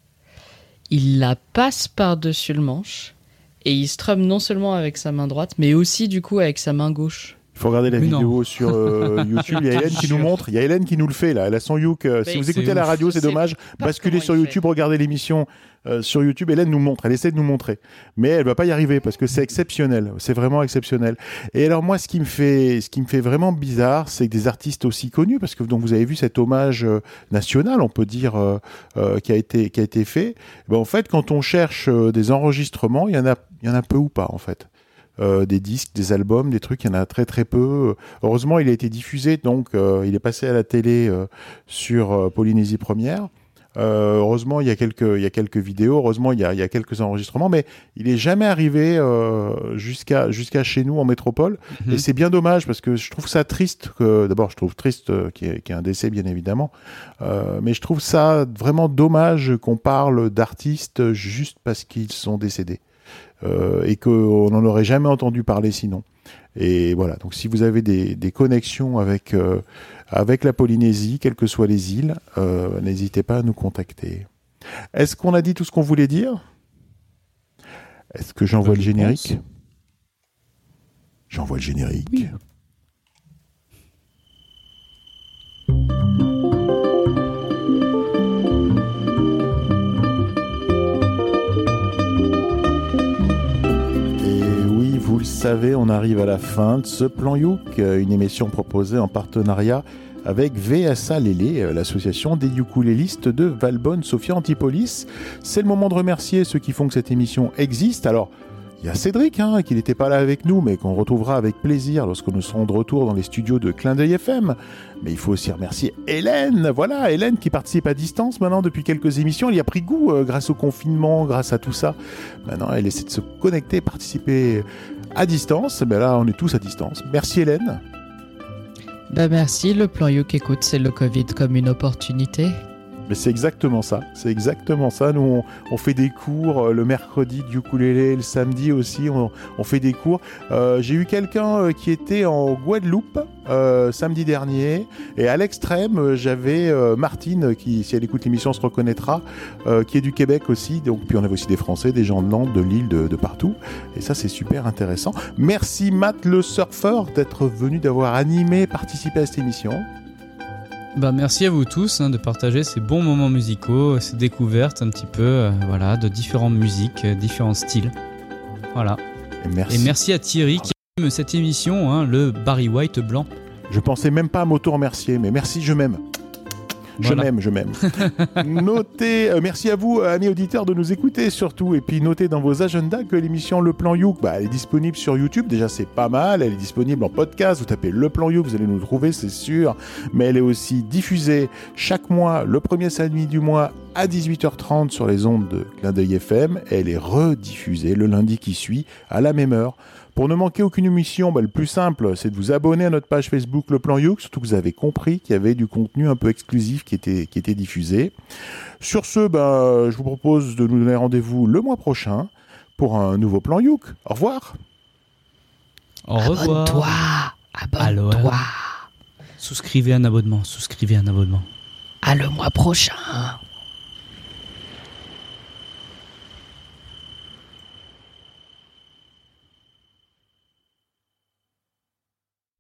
Il la passe par-dessus le manche. Et il strum non seulement avec sa main droite, mais aussi du coup avec sa main gauche. Il faut regarder la Mais vidéo non. sur euh, YouTube. Il y a Hélène qui nous montre. Il y a Hélène qui nous le fait là. Elle a son Youk. Euh, si Mais vous c'est écoutez à la ouf. radio, Je c'est sais dommage. pas Basculez comment sur il YouTube, fait. regardez l'émission euh, sur YouTube. Hélène nous montre. Elle essaie de nous montrer, mais elle va pas y arriver parce que c'est exceptionnel. C'est vraiment exceptionnel. Et alors moi, ce qui me fait, ce qui me fait vraiment bizarre, c'est que des artistes aussi connus, parce que donc vous avez vu cet hommage euh, national, on peut dire, euh, euh, qui a été qui a été fait. Ben, en fait, quand on cherche euh, des enregistrements, il y en a, il y en a peu ou pas en fait. Euh, des disques, des albums, des trucs, il y en a très très peu. Heureusement, il a été diffusé, donc euh, il est passé à la télé euh, sur euh, Polynésie Première. Euh, heureusement, il y a quelques il y a quelques vidéos. Heureusement, il y a il y a quelques enregistrements, mais il est jamais arrivé euh, jusqu'à jusqu'à chez nous en métropole. Mm-hmm. Et c'est bien dommage parce que je trouve ça triste. Que d'abord, je trouve triste euh, qu'il y ait, qu'il y ait un décès, bien évidemment, euh, mais je trouve ça vraiment dommage qu'on parle d'artistes juste parce qu'ils sont décédés. Euh, et qu'on n'en aurait jamais entendu parler sinon. Et voilà, donc si vous avez des, des connexions avec, euh, avec la Polynésie, quelles que soient les îles, euh, n'hésitez pas à nous contacter. Est-ce qu'on a dit tout ce qu'on voulait dire ? Est-ce que j'envoie Je le générique ? pense. J'envoie le générique. Oui. Vous le savez, on arrive à la fin de ce plan Youk, une émission proposée en partenariat avec V S A Lélé, l'association des ukulélistes de Valbonne, Sophia Antipolis. C'est le moment de remercier ceux qui font que cette émission existe. Alors, il y a Cédric, hein, qui n'était pas là avec nous, mais qu'on retrouvera avec plaisir lorsque nous serons de retour dans les studios de Clin d'œil F M. Mais il faut aussi remercier Hélène, voilà, Hélène qui participe à distance maintenant depuis quelques émissions. Elle y a pris goût euh, grâce au confinement, grâce à tout ça. Maintenant, elle essaie de se connecter, participer à distance. Ben là, on est tous à distance. Merci Hélène. Bah merci, le plan Youk écoute, c'est le Covid comme une opportunité. Mais c'est exactement ça, c'est exactement ça. Nous, on, on fait des cours euh, le mercredi du ukulélé, le samedi aussi, on, on fait des cours. Euh, j'ai eu quelqu'un euh, qui était en Guadeloupe euh, samedi dernier, et à l'extrême, euh, j'avais euh, Martine, qui, si elle écoute l'émission, se reconnaîtra, euh, qui est du Québec aussi. Donc, puis on avait aussi des Français, des gens de Nantes, de Lille, de, de partout. Et ça, c'est super intéressant. Merci Matt le surfeur d'être venu, d'avoir animé, participé à cette émission. Bah, merci à vous tous hein, de partager ces bons moments musicaux, ces découvertes un petit peu euh, voilà, de différentes musiques, euh, différents styles. Voilà. Et merci. Et merci à Thierry qui aime cette émission, hein, le Barry White blanc. Je pensais même pas à m'auto-remercier, mais merci, je m'aime. Je Voilà. m'aime, je m'aime. Notez, euh, merci à vous, amis auditeurs, de nous écouter surtout. Et puis notez dans vos agendas que l'émission Le Plan Youk, bah, elle est disponible sur YouTube. Déjà, c'est pas mal. Elle est disponible en podcast. Vous tapez Le Plan Youk, vous allez nous trouver, c'est sûr. Mais elle est aussi diffusée chaque mois, le premier samedi du mois, à dix-huit heures trente sur les ondes de Clin d'œil F M. Elle est rediffusée le lundi qui suit, à la même heure, Pour ne manquer aucune émission, bah, le plus simple, c'est de vous abonner à notre page Facebook Le Plan Youk, surtout que vous avez compris qu'il y avait du contenu un peu exclusif qui était, qui était diffusé. Sur ce, bah, je vous propose de nous donner rendez-vous le mois prochain pour un nouveau Plan Youk. Au revoir. Au revoir. Abonne-toi. Abonne-toi. Alors, souscrivez un abonnement, souscrivez un abonnement. À le mois prochain.